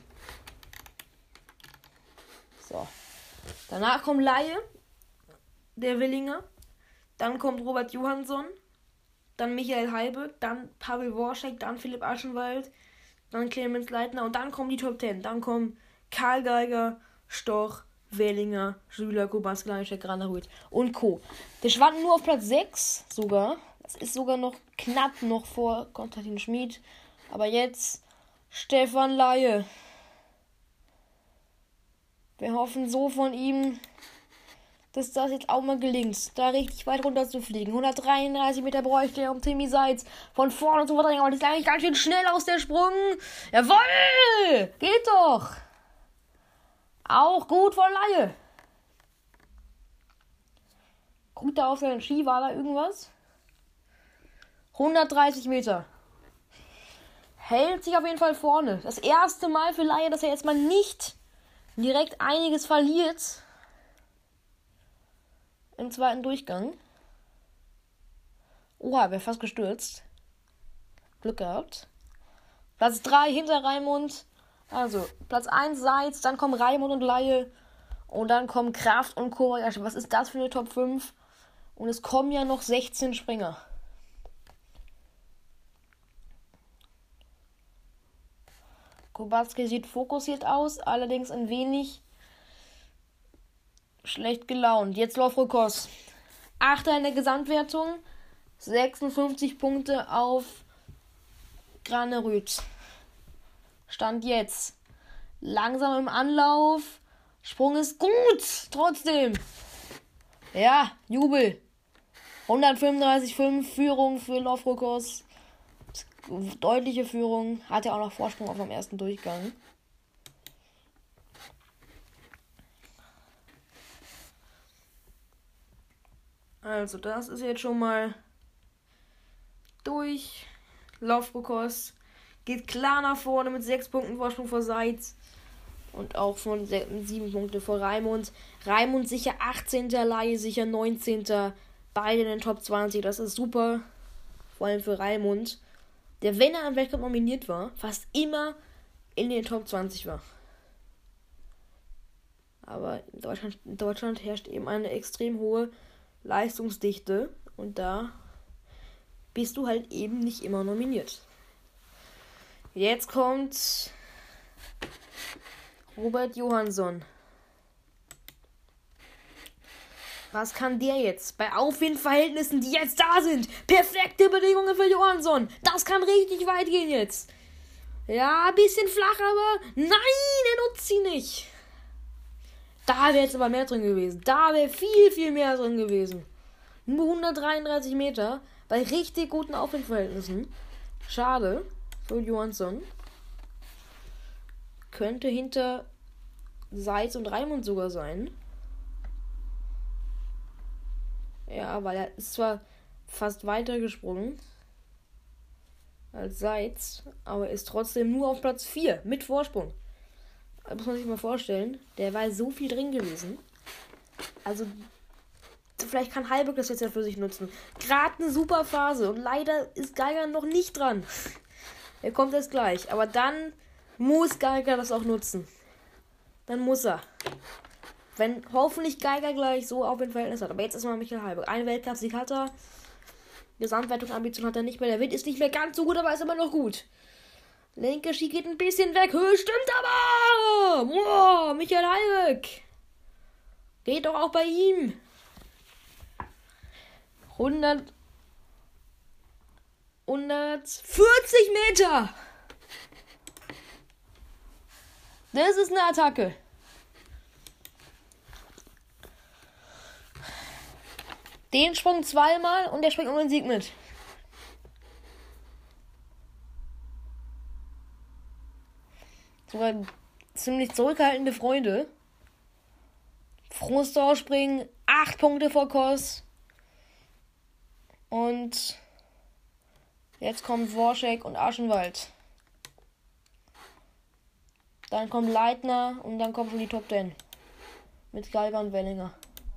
So. Danach kommt Laie, der Willinger. Dann kommt Robert Johansson. Dann Michael Heibe. Dann Pavel Warschek. Dann Philipp Aschenwald. Dann Clemens Leitner. Und dann kommen die Top 10. Dann kommen Karl Geiger, Storch, Wellinger, Schüler, Kubanski, Lanischek, Granerhuit und Co. Der schwand nur auf Platz 6 sogar. Das ist sogar noch knapp noch vor Konstantin Schmid. Aber jetzt Stefan Laie. Wir hoffen so von ihm, dass das jetzt auch mal gelingt, da richtig weit runter zu fliegen. 133 Meter bräuchte er, um Timmy Seitz von vorne zu verdrängen. Aber das ist eigentlich ganz schön schnell aus der Sprung. Jawohl! Geht doch! Auch gut von Laie. Guckt da auf seinen Ski, war da irgendwas? 130 Meter. Hält sich auf jeden Fall vorne. Das erste Mal für Laie, dass er jetzt mal nicht direkt einiges verliert im zweiten Durchgang. Oha, wäre fast gestürzt. Glück gehabt. Platz 3 hinter Raimund. Also, Platz 1 Seitz, dann kommen Raimund und Laie. Und dann kommen Kraft und Kobayashi. Was ist das für eine Top 5? Und es kommen ja noch 16 Springer. Kubatski sieht fokussiert aus, allerdings ein wenig schlecht gelaunt. Jetzt Lofrokos. 8. in der Gesamtwertung. 56 Punkte auf Granerüt. Stand jetzt. Langsam im Anlauf. Sprung ist gut. Trotzdem. Ja, Jubel. 135,5 Führung für Lofrokos. Deutliche Führung. Hat ja auch noch Vorsprung auf dem ersten Durchgang. Also, das ist jetzt schon mal durch. Lofrokos geht klar nach vorne mit 6 Punkten Vorsprung vor Seitz. Und auch von 7 Punkte vor Raimund. Raimund sicher 18. Laie sicher 19. Beide in den Top 20. Das ist super. Vor allem für Raimund. Der, wenn er am Weltcup nominiert war, fast immer in den Top 20 war. Aber in Deutschland herrscht eben eine extrem hohe Leistungsdichte. Und da bist du halt eben nicht immer nominiert. Jetzt kommt Robert Johansson. Was kann der jetzt? Bei Aufwindverhältnissen, die jetzt da sind. Perfekte Bedingungen für Johansson. Das kann richtig weit gehen jetzt. Ja, ein bisschen flach, aber nein, er nutzt sie nicht. Da wäre jetzt aber mehr drin gewesen. Da wäre viel, viel mehr drin gewesen. Nur 133 Meter bei richtig guten Aufwindverhältnissen. Schade für Johansson. Könnte hinter Seitz und Raimund sogar sein. Ja, weil er ist zwar fast weiter gesprungen als Seitz, aber ist trotzdem nur auf Platz 4 mit Vorsprung. Da muss man sich mal vorstellen, der war so viel drin gewesen. Also, vielleicht kann Halbig das jetzt ja für sich nutzen. Gerade eine super Phase und leider ist Geiger noch nicht dran. Er kommt erst gleich, aber dann muss Geiger das auch nutzen. Dann muss er. Wenn hoffentlich Geiger gleich so auf ein Verhältnis hat. Aber jetzt ist mal Michael Halbig. Ein Weltklasse-Sieg hat er. Gesamtwertung-Ambition hat er nicht mehr. Der Wind ist nicht mehr ganz so gut, aber ist immer noch gut. Linke Ski geht ein bisschen weg. Höhe stimmt aber. Boah, Michael Halbig. Geht doch auch bei ihm. 140 Meter. Das ist eine Attacke. Den Sprung zweimal und der springt um den Sieg mit. Sogar ziemlich zurückhaltende Freunde. Frostor springen 8 Punkte vor Kos. Und jetzt kommt Worschek und Aschenwald. Dann kommt Leitner und dann kommt schon die Top 10. Mit Geiger und Wellinger.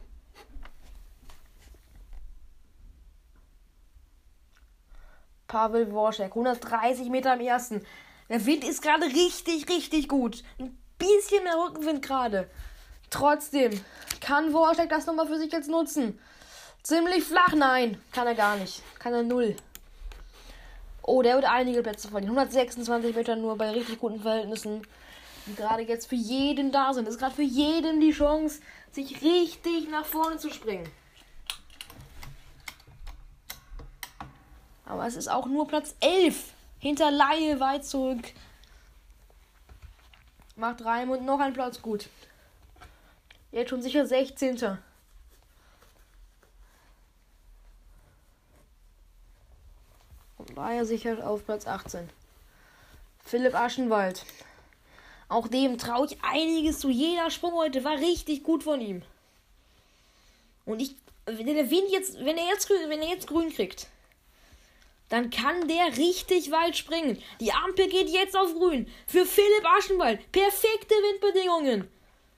Pavel Worschek, 130 Meter am ersten. Der Wind ist gerade richtig, richtig gut. Ein bisschen mehr Rückenwind gerade. Trotzdem kann Worschek das nochmal für sich jetzt nutzen. Ziemlich flach, nein. Kann er gar nicht. Kann er 0. Oh, der wird einige Plätze verlieren. 126 Meter nur bei richtig guten Verhältnissen. Die gerade jetzt für jeden da sind. Das ist gerade für jeden die Chance, sich richtig nach vorne zu springen. Aber es ist auch nur Platz 11. Hinter Laie weit zurück. Macht Raimund noch einen Platz gut. Jetzt schon sicher 16. Und Laie sicher auf Platz 18. Philipp Aschenwald. Auch dem traue ich einiges zu. Jeder Sprung heute war richtig gut von ihm. Und wenn er jetzt grün kriegt, dann kann der richtig weit springen. Die Ampel geht jetzt auf grün. Für Philipp Aschenwald. Perfekte Windbedingungen.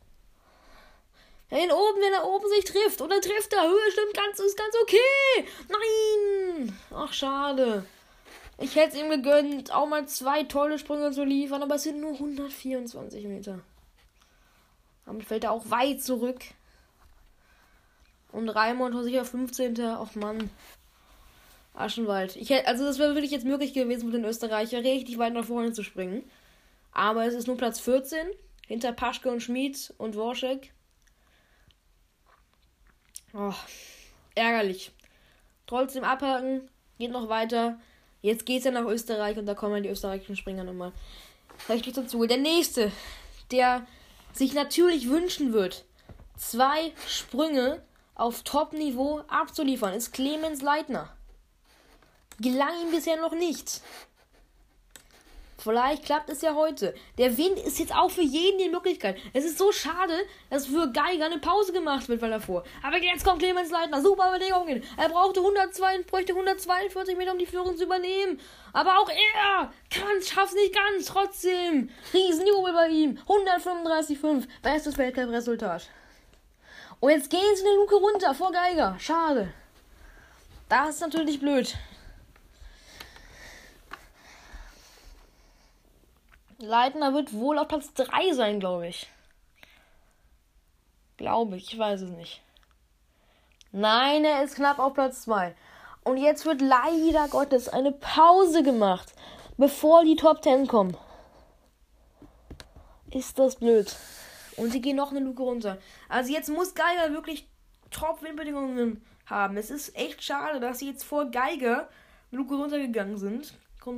Wenn er oben sich trifft. Oder trifft er. Höhe stimmt ist ganz okay. Nein. Ach, schade. Ich hätte es ihm gegönnt, auch mal 2 tolle Sprünge zu liefern. Aber es sind nur 124 Meter. Damit fällt er auch weit zurück. Und Raimund sicher 15. Ach Mann. Aschenwald. Das wäre wirklich jetzt möglich gewesen für den Österreicher, richtig weit nach vorne zu springen. Aber es ist nur Platz 14. Hinter Paschke und Schmid und Worschek. Oh, ärgerlich. Trotzdem abhaken. Geht noch weiter. Jetzt geht es ja nach Österreich und da kommen die österreichischen Springer nochmal richtig zum Zuge. Der nächste, der sich natürlich wünschen wird, 2 Sprünge auf Top-Niveau abzuliefern, ist Clemens Leitner. Gelang ihm bisher noch nicht. Vielleicht klappt es ja heute. Der Wind ist jetzt auch für jeden die Möglichkeit. Es ist so schade, dass für Geiger eine Pause gemacht wird, weil er vor. Aber jetzt kommt Clemens Leitner. Super Bedingungen. Er bräuchte 142 Meter, um die Führung zu übernehmen. Aber auch er schafft es nicht ganz. Trotzdem. Riesenjubel bei ihm. 135,5. Bestes Weltcup-Resultat. Und jetzt gehen sie in der Luke runter vor Geiger. Schade. Das ist natürlich blöd. Leitner wird wohl auf Platz 3 sein, glaube ich. Ich weiß es nicht. Nein, er ist knapp auf Platz 2. Und jetzt wird leider Gottes eine Pause gemacht. bevor die Top 10 kommen. Ist das blöd. Und sie gehen noch eine Luke runter. Also jetzt muss Geiger wirklich Top-Windbedingungen haben. Es ist echt schade, dass sie jetzt vor Geiger Luke runtergegangen sind.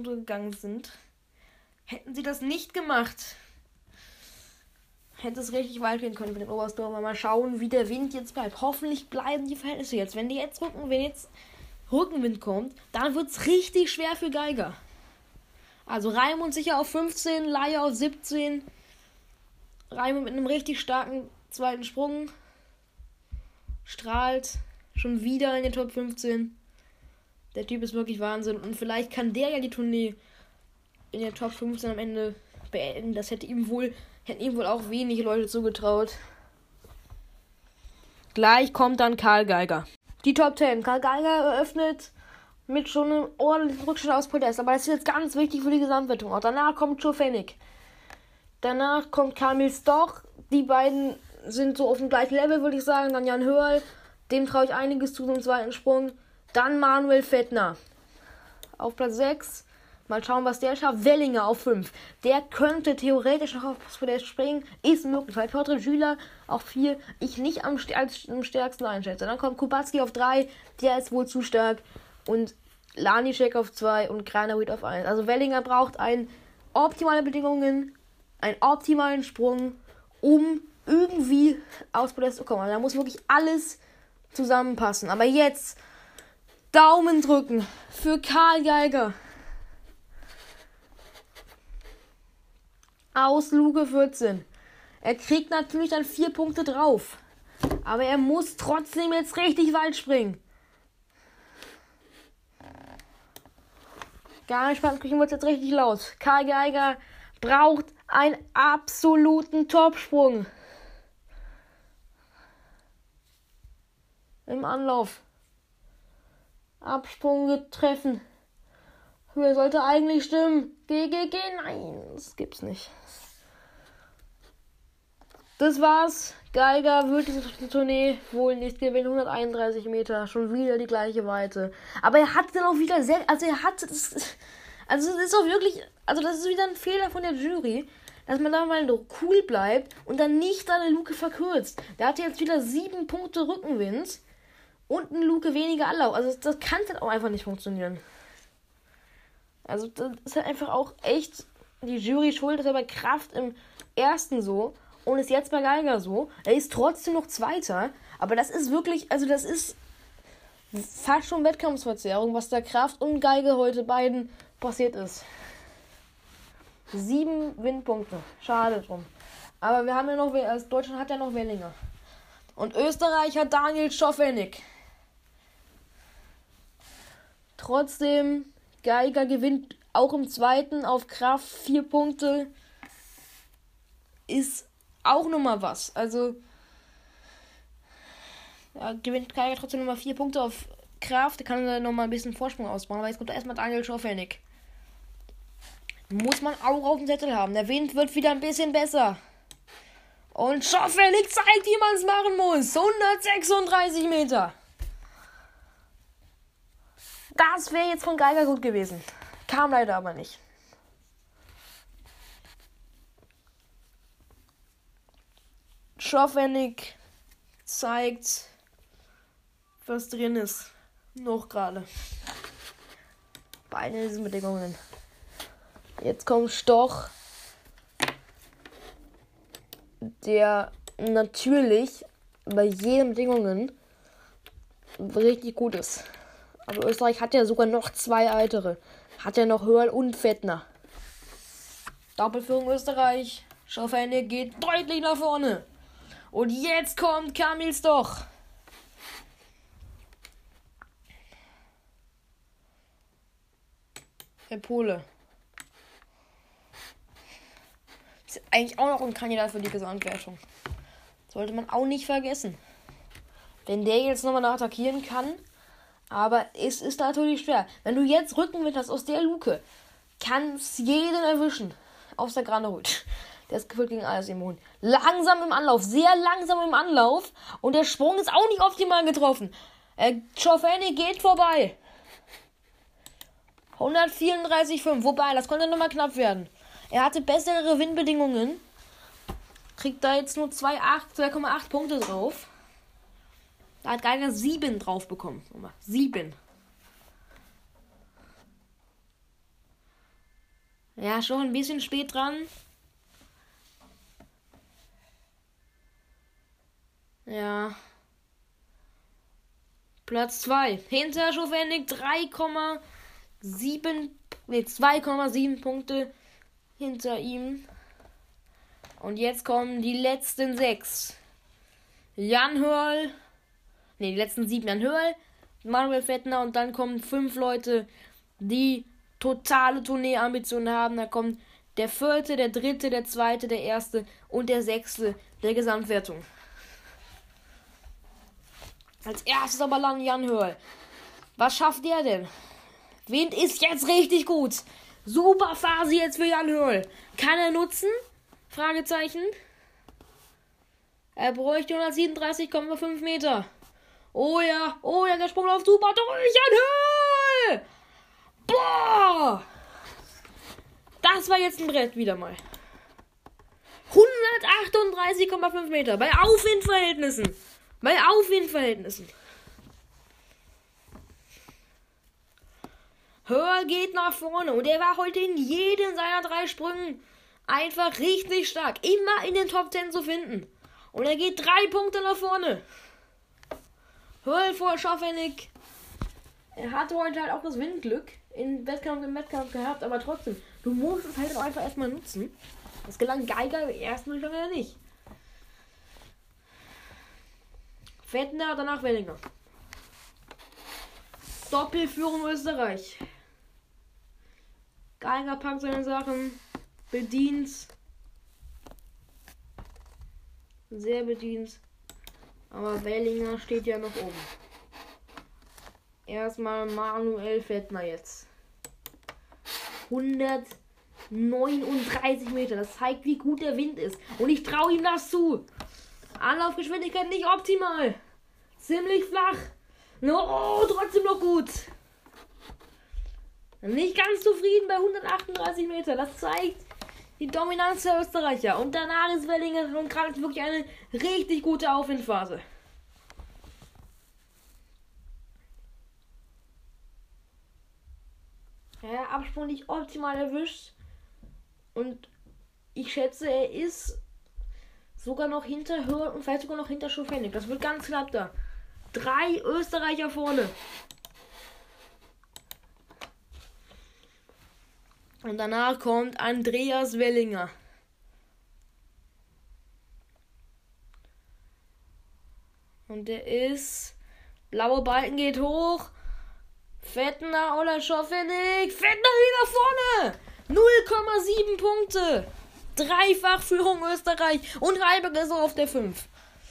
Hätten sie das nicht gemacht, hätte es richtig weit gehen können mit dem Oberstdorf. Mal schauen, wie der Wind jetzt bleibt. Hoffentlich bleiben die Verhältnisse jetzt. Wenn jetzt Rückenwind kommt, dann wird es richtig schwer für Geiger. Also Raimund sicher auf 15, Laie auf 17. Raimund mit einem richtig starken zweiten Sprung. Strahlt schon wieder in den Top 15. Der Typ ist wirklich Wahnsinn. Und vielleicht kann der ja die Tournee in der Top 15 am Ende beenden. Das hätten ihm wohl auch wenige Leute zugetraut. Gleich kommt dann Karl Geiger. Die Top 10. Karl Geiger eröffnet mit schon einem ordentlichen Rückstand aus Podest. Aber das ist jetzt ganz wichtig für die Gesamtwertung. Auch danach kommt Joe Fennig. Danach kommt Kamil Stoch. Die beiden sind so auf dem gleichen Level, würde ich sagen. Dann Jan Hörl. Dem traue ich einiges zu, zum zweiten Sprung. Dann Manuel Fettner. Auf Platz 6. Mal schauen, was der schafft. Wellinger auf 5. Der könnte theoretisch noch aufs Podest springen. Ist möglich. Weil Piotr Schüler auf 4 ich nicht als am stärksten einschätze. Dann kommt Kubacki auf 3. Der ist wohl zu stark. Und Lanišek auf 2 und Kranowit auf 1. Also Wellinger braucht optimale Bedingungen, einen optimalen Sprung, um irgendwie aufs Podest zu kommen. Also da muss wirklich alles zusammenpassen. Aber jetzt Daumen drücken für Karl Geiger. Aus Luke 14. Er kriegt natürlich dann 4 Punkte drauf. Aber er muss trotzdem jetzt richtig weit springen. Gar nicht spannend, kriegen wir jetzt richtig laut. Karl Geiger braucht einen absoluten Topsprung. Im Anlauf. Absprung treffen. Höhe sollte eigentlich stimmen. Nein, das gibt's nicht. Das war's. Geiger wird diese Tournee wohl nicht gewinnen. 131 Meter. Schon wieder die gleiche Weite. Aber er hat dann auch wieder das ist auch wirklich, das ist wieder ein Fehler von der Jury, dass man da mal cool bleibt und dann nicht seine Luke verkürzt. Der hatte jetzt wieder 7 Punkte Rückenwind und eine Luke weniger Anlauf. Also das kann halt auch einfach nicht funktionieren. Also das ist halt einfach auch echt die Jury schuld. Das war bei Kraft im ersten so und ist jetzt bei Geiger so. Er ist trotzdem noch Zweiter, aber das ist wirklich, das ist fast schon Wettkampfsverzerrung, was da Kraft und Geiger heute beiden passiert ist. 7 Windpunkte. Schade drum. Aber wir haben ja noch, Deutschland hat ja noch Wellinger. Und Österreich hat Daniel Schofenig. Trotzdem, Geiger gewinnt auch im zweiten auf Kraft 4 Punkte. Ist auch nochmal was. Also, ja, gewinnt Geiger trotzdem nochmal 4 Punkte auf Kraft. Da kann er nochmal ein bisschen Vorsprung ausbauen. Aber jetzt kommt erstmal Daniel Schofenig. Muss man auch auf dem Zettel haben. Der Wind wird wieder ein bisschen besser. Und Schofenig zeigt, wie man es machen muss. 136 Meter. Das wäre jetzt von Geiger gut gewesen. Kam leider aber nicht. Schofenig zeigt, was drin ist. Noch gerade. Bei diesen Bedingungen. Jetzt kommt Stoch, der natürlich bei jeden Bedingungen richtig gut ist. Aber Österreich hat ja sogar noch 2 weitere. Hat ja noch Hörl und Fettner. Doppelführung Österreich. Schofenig geht deutlich nach vorne. Und jetzt kommt Kamil Stoch. Der Pole. Ist eigentlich auch noch ein Kandidat für die Gesamtwertung. Sollte man auch nicht vergessen. Wenn der jetzt nochmal attackieren kann. Aber es ist natürlich schwer. Wenn du jetzt Rückenwind hast aus der Luke, kann es jeden erwischen. Außer Granerud. Der ist gefühlt gegen alles immun. Langsam im Anlauf. Sehr langsam im Anlauf. Und der Sprung ist auch nicht optimal getroffen. Schofenig geht vorbei. 134,5. Wobei, das konnte nochmal knapp werden. Er hatte bessere Windbedingungen. Kriegt da jetzt nur 2,8 Punkte drauf. Da hat Geiger 7 drauf bekommen. 7. Ja, schon ein bisschen spät dran. Ja. Platz 2. Hinter Schofennig 2,7 Punkte hinter ihm. Und jetzt kommen die letzten 6. Jan Hörl. Die letzten 7. Jan Hörl, Manuel Fettner und dann kommen 5 Leute, die totale Tournee-Ambitionen haben. Da kommt der 4., der 3., der 2., der 1. und der 6. der Gesamtwertung. Als erstes aber lang Jan Hörl. Was schafft der denn? Wind ist jetzt richtig gut. Super Phase jetzt für Jan Hörl. Kann er nutzen? Fragezeichen. Er bräuchte 137,5 Meter. Oh ja, der Sprung auf super durch, Jan Hörl! Boah! Das war jetzt ein Brett wieder mal. 138,5 Meter bei Aufwindverhältnissen. Hörl geht nach vorne und er war heute in jedem seiner 3 Sprüngen einfach richtig stark. Immer in den Top 10 zu finden. Und er geht 3 Punkte nach vorne. Hörl vor Schofennig. Er hatte heute halt auch das Windglück im Wettkampf gehabt, aber trotzdem, du musst es halt auch einfach erstmal nutzen. Das gelang Geiger im ersten Durchgang ja nicht. Fettner, danach Wellinger. Doppelführung Österreich. Geiger packt seine Sachen, bedient. Sehr bedient. Aber Wellinger steht ja noch oben. Erstmal Manuel Fettner jetzt. 139 Meter. Das zeigt, wie gut der Wind ist. Und ich traue ihm das zu. Anlaufgeschwindigkeit nicht optimal. Ziemlich flach. No, trotzdem noch gut. Nicht ganz zufrieden bei 138 Meter. Das zeigt die Dominanz der Österreicher. Und danach ist Wellinger und gerade wirklich eine richtig gute Aufwindphase. Ja, Absprung nicht optimal erwischt. Und ich schätze, er ist sogar noch hinter Hörl und vielleicht sogar noch hinter Schofennig. Das wird ganz knapp da. 3 Österreicher vorne. Und danach kommt Andreas Wellinger. Und der ist... Blaue Balken geht hoch. Fettner oder Schofennig. Fettner wieder vorne. 0,7 Punkte. Dreifachführung Österreich. Und Reiberg ist so auf der 5.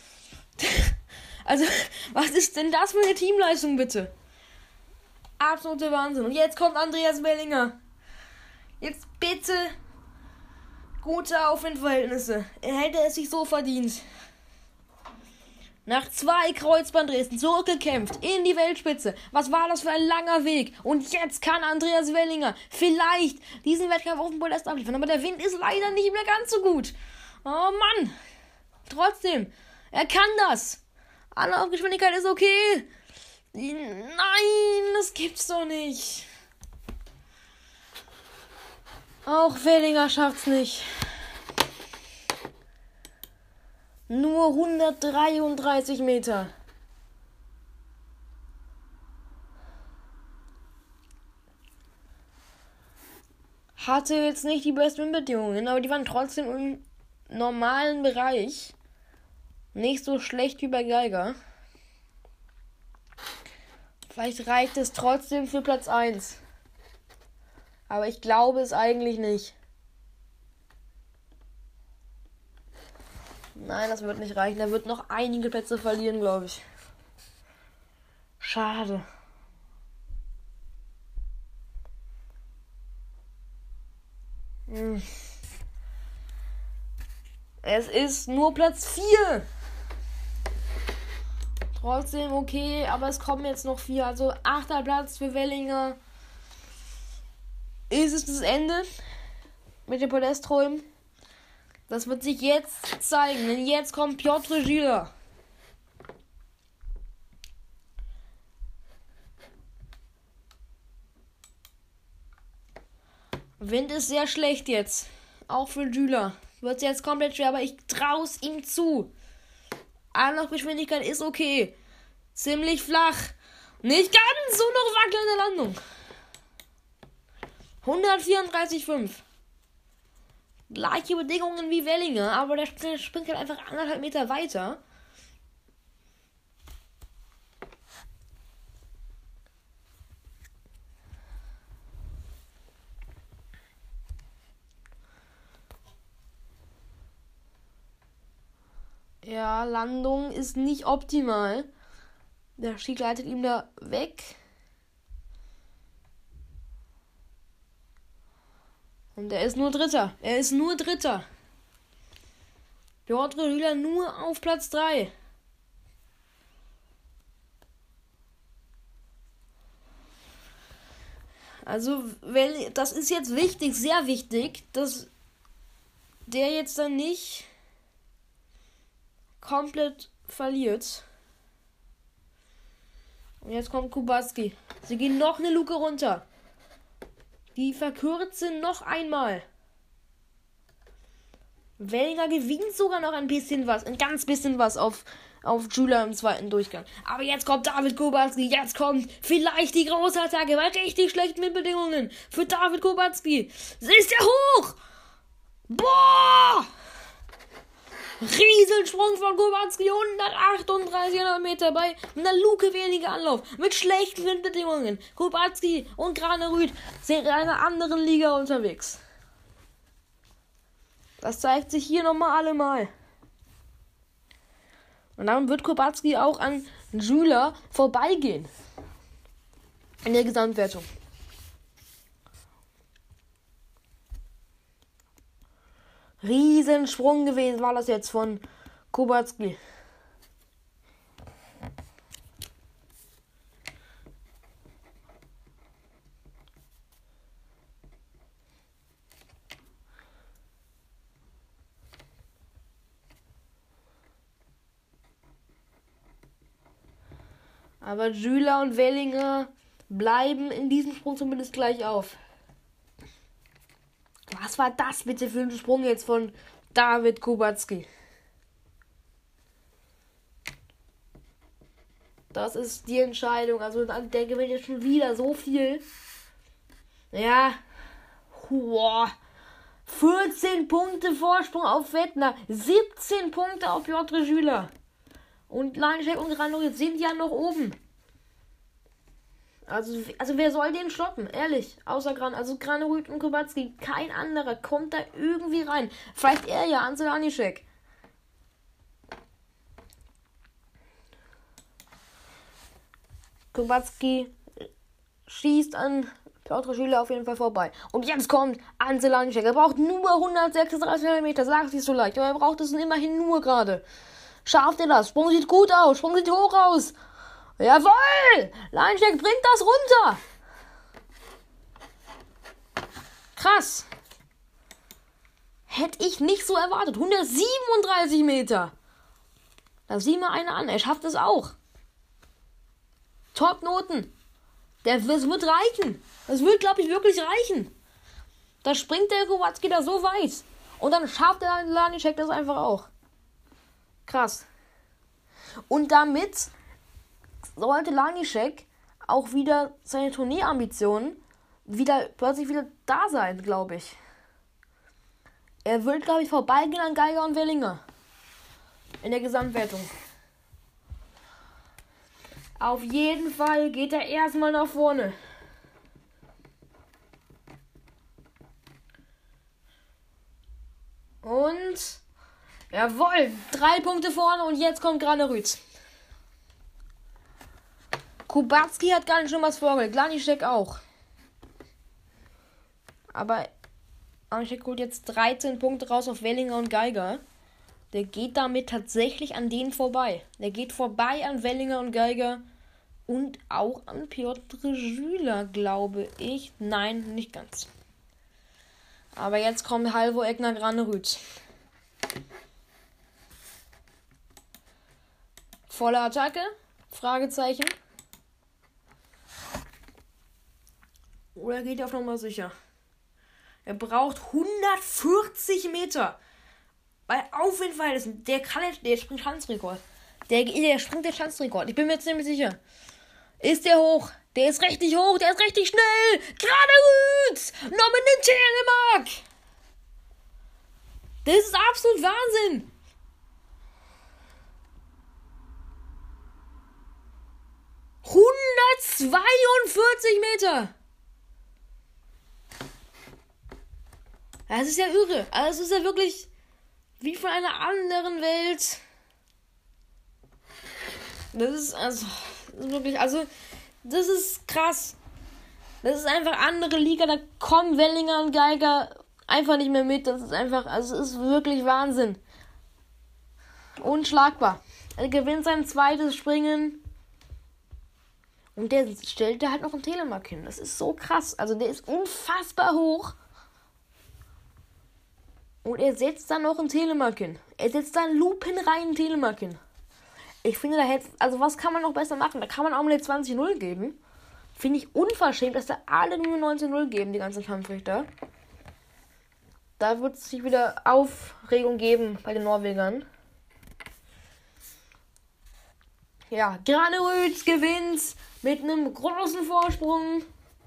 Also, was ist denn das für eine Teamleistung, bitte? Absolute Wahnsinn. Und jetzt kommt Andreas Wellinger. Jetzt bitte gute Aufwindverhältnisse. Er hätte es sich so verdient. Nach 2 Kreuzbandrissen zurückgekämpft in die Weltspitze. Was war das für ein langer Weg? Und jetzt kann Andreas Wellinger vielleicht diesen Wettkampf auf dem Podest abliefern. Aber der Wind ist leider nicht mehr ganz so gut. Oh Mann. Trotzdem, er kann das. Anlaufgeschwindigkeit ist okay. Nein, das gibt's doch nicht. Auch Wellinger schafft's nicht. Nur 133 Meter. Hatte jetzt nicht die besten Bedingungen, aber die waren trotzdem im normalen Bereich. Nicht so schlecht wie bei Geiger. Vielleicht reicht es trotzdem für Platz 1. Aber ich glaube es eigentlich nicht. Nein, das wird nicht reichen. Er wird noch einige Plätze verlieren, glaube ich. Schade. Es ist nur Platz 4. Trotzdem okay, aber es kommen jetzt noch 4. Also 8. Platz für Wellinger. Ist es das Ende mit den Podestträumen? Das wird sich jetzt zeigen, denn jetzt kommt Piotr Gila. Wind ist sehr schlecht jetzt. Auch für Gila. Wird es jetzt komplett schwer, aber ich traue es ihm zu. Anlaufgeschwindigkeit ist okay. Ziemlich flach. Nicht ganz, so noch wackelnde Landung. 134,5. Gleiche Bedingungen wie Wellinger, aber der springt halt einfach 1,5 Meter weiter. Ja, Landung ist nicht optimal. Der Ski gleitet ihm da weg. Und er ist nur Dritter. Piotr Gila nur auf Platz 3. Also, das ist jetzt wichtig, sehr wichtig, dass der jetzt dann nicht komplett verliert. Und jetzt kommt Kubacki. Sie gehen noch eine Luke runter. Die verkürzen noch einmal. Wellinger gewinnt sogar noch ein ganz bisschen was auf Gila im zweiten Durchgang. Aber jetzt kommt David Kubacki. Jetzt kommt vielleicht die große Attacke bei richtig schlechten Bedingungen für David Kubacki. Ist er hoch? Boah! Riesensprung von Kubacki, 138,5 Meter bei einer Luke weniger Anlauf, mit schlechten Windbedingungen. Kubacki und Granerüth sind in einer anderen Liga unterwegs. Das zeigt sich hier nochmal allemal. Und dann wird Kubacki auch an Gila vorbeigehen. In der Gesamtwertung. Riesensprung gewesen war das jetzt von Kubacki. Aber Gila und Wellinger bleiben in diesem Sprung zumindest gleich auf. Was war das bitte für ein Sprung jetzt von David Kubacki? Das ist die Entscheidung. Also der gewinnt jetzt schon wieder so viel. Ja. 14 Punkte Vorsprung auf Wettner. 17 Punkte auf Piotr Gila. Und Lanišek und Granerüth sind ja noch oben. Also wer soll den stoppen? Ehrlich. Außer Granerüth und Kubacki. Kein anderer kommt da irgendwie rein. Vielleicht er ja, Ansel Lanišek. Kubacki schießt an Piotr Gila auf jeden Fall vorbei. Und jetzt kommt Ansel Lanišek. Er braucht nur 136 Meter. Sagt sich so leicht. Aber er braucht es immerhin nur gerade. Schafft er das? Sprung sieht gut aus. Sprung sieht hoch aus. Jawohl! Lanišek bringt das runter. Krass. Hätte ich nicht so erwartet. 137 Meter. Da sieht mal einer an. Er schafft es auch. Top-Noten. Das wird reichen. Das wird, glaube ich, wirklich reichen. Da springt der Kubacki da so weit. Und dann schafft der Lanišek das einfach auch. Krass. Und damit sollte Lanišek auch wieder seine Turnierambitionen plötzlich wieder da sein, glaube ich. Er wird, glaube ich, vorbeigehen an Geiger und Wellinger. In der Gesamtwertung. Auf jeden Fall geht er erstmal nach vorne. Und jawohl, 3 Punkte vorne und jetzt kommt Granerüth. Kubacki hat gar nicht schon was vorgelegt, Lanišek auch. Aber Lanišek holt jetzt 13 Punkte raus auf Wellinger und Geiger. Der geht damit tatsächlich an denen vorbei. Der geht vorbei an Wellinger und Geiger und auch an Piotr Gila, glaube ich. Nein, nicht ganz. Aber jetzt kommt Halvor Egner Granerüt. Volle Attacke? Fragezeichen. Oder geht er auf Nummer sicher? Er braucht 140 Meter. Bei auf jeden Fall, der springt Schanzrekord. Der springt den Schanzrekord. Ich bin mir jetzt ziemlich sicher. Ist der hoch? Der ist richtig hoch, der ist richtig schnell. Granerüt! Noch mit dem Telemark! Das ist absolut Wahnsinn. ...142 Meter! Das ist ja irre. Also es ist ja wirklich wie von einer anderen Welt. Das ist wirklich, das ist krass. Das ist einfach andere Liga, da kommen Wellinger und Geiger einfach nicht mehr mit. Das ist einfach, es ist wirklich Wahnsinn. Unschlagbar. Er gewinnt sein zweites Springen. Und der stellt da halt noch einen Telemark hin. Das ist so krass. Also der ist unfassbar hoch. Und er setzt dann noch einen Telemark hin. Er setzt da einen lupenreinen Telemark hin. Ich finde, was kann man noch besser machen? Da kann man auch mal eine 20-0 geben. Finde ich unverschämt, dass da alle nur 19-0 geben, die ganzen Kampfrichter. Da wird es sich wieder Aufregung geben bei den Norwegern. Ja, Granerüt gewinnt mit einem großen Vorsprung.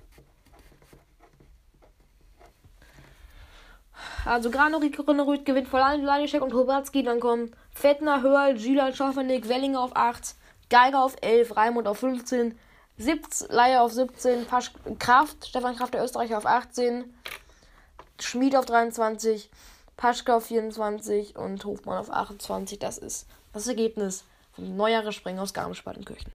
Also Granerüt gewinnt vor Lanischek und Hubacki. Dann kommen Fettner, Hörl, Gila, Schoffernick, Wellinger auf 8, Geiger auf 11, Raimund auf 15, Leier auf 17, Stefan Kraft, der Österreicher, auf 18, Schmid auf 23, Paschke auf 24 und Hofmann auf 28. Das ist das Ergebnis vom Neujahresspringen aus Garmisch-Partenkirchen.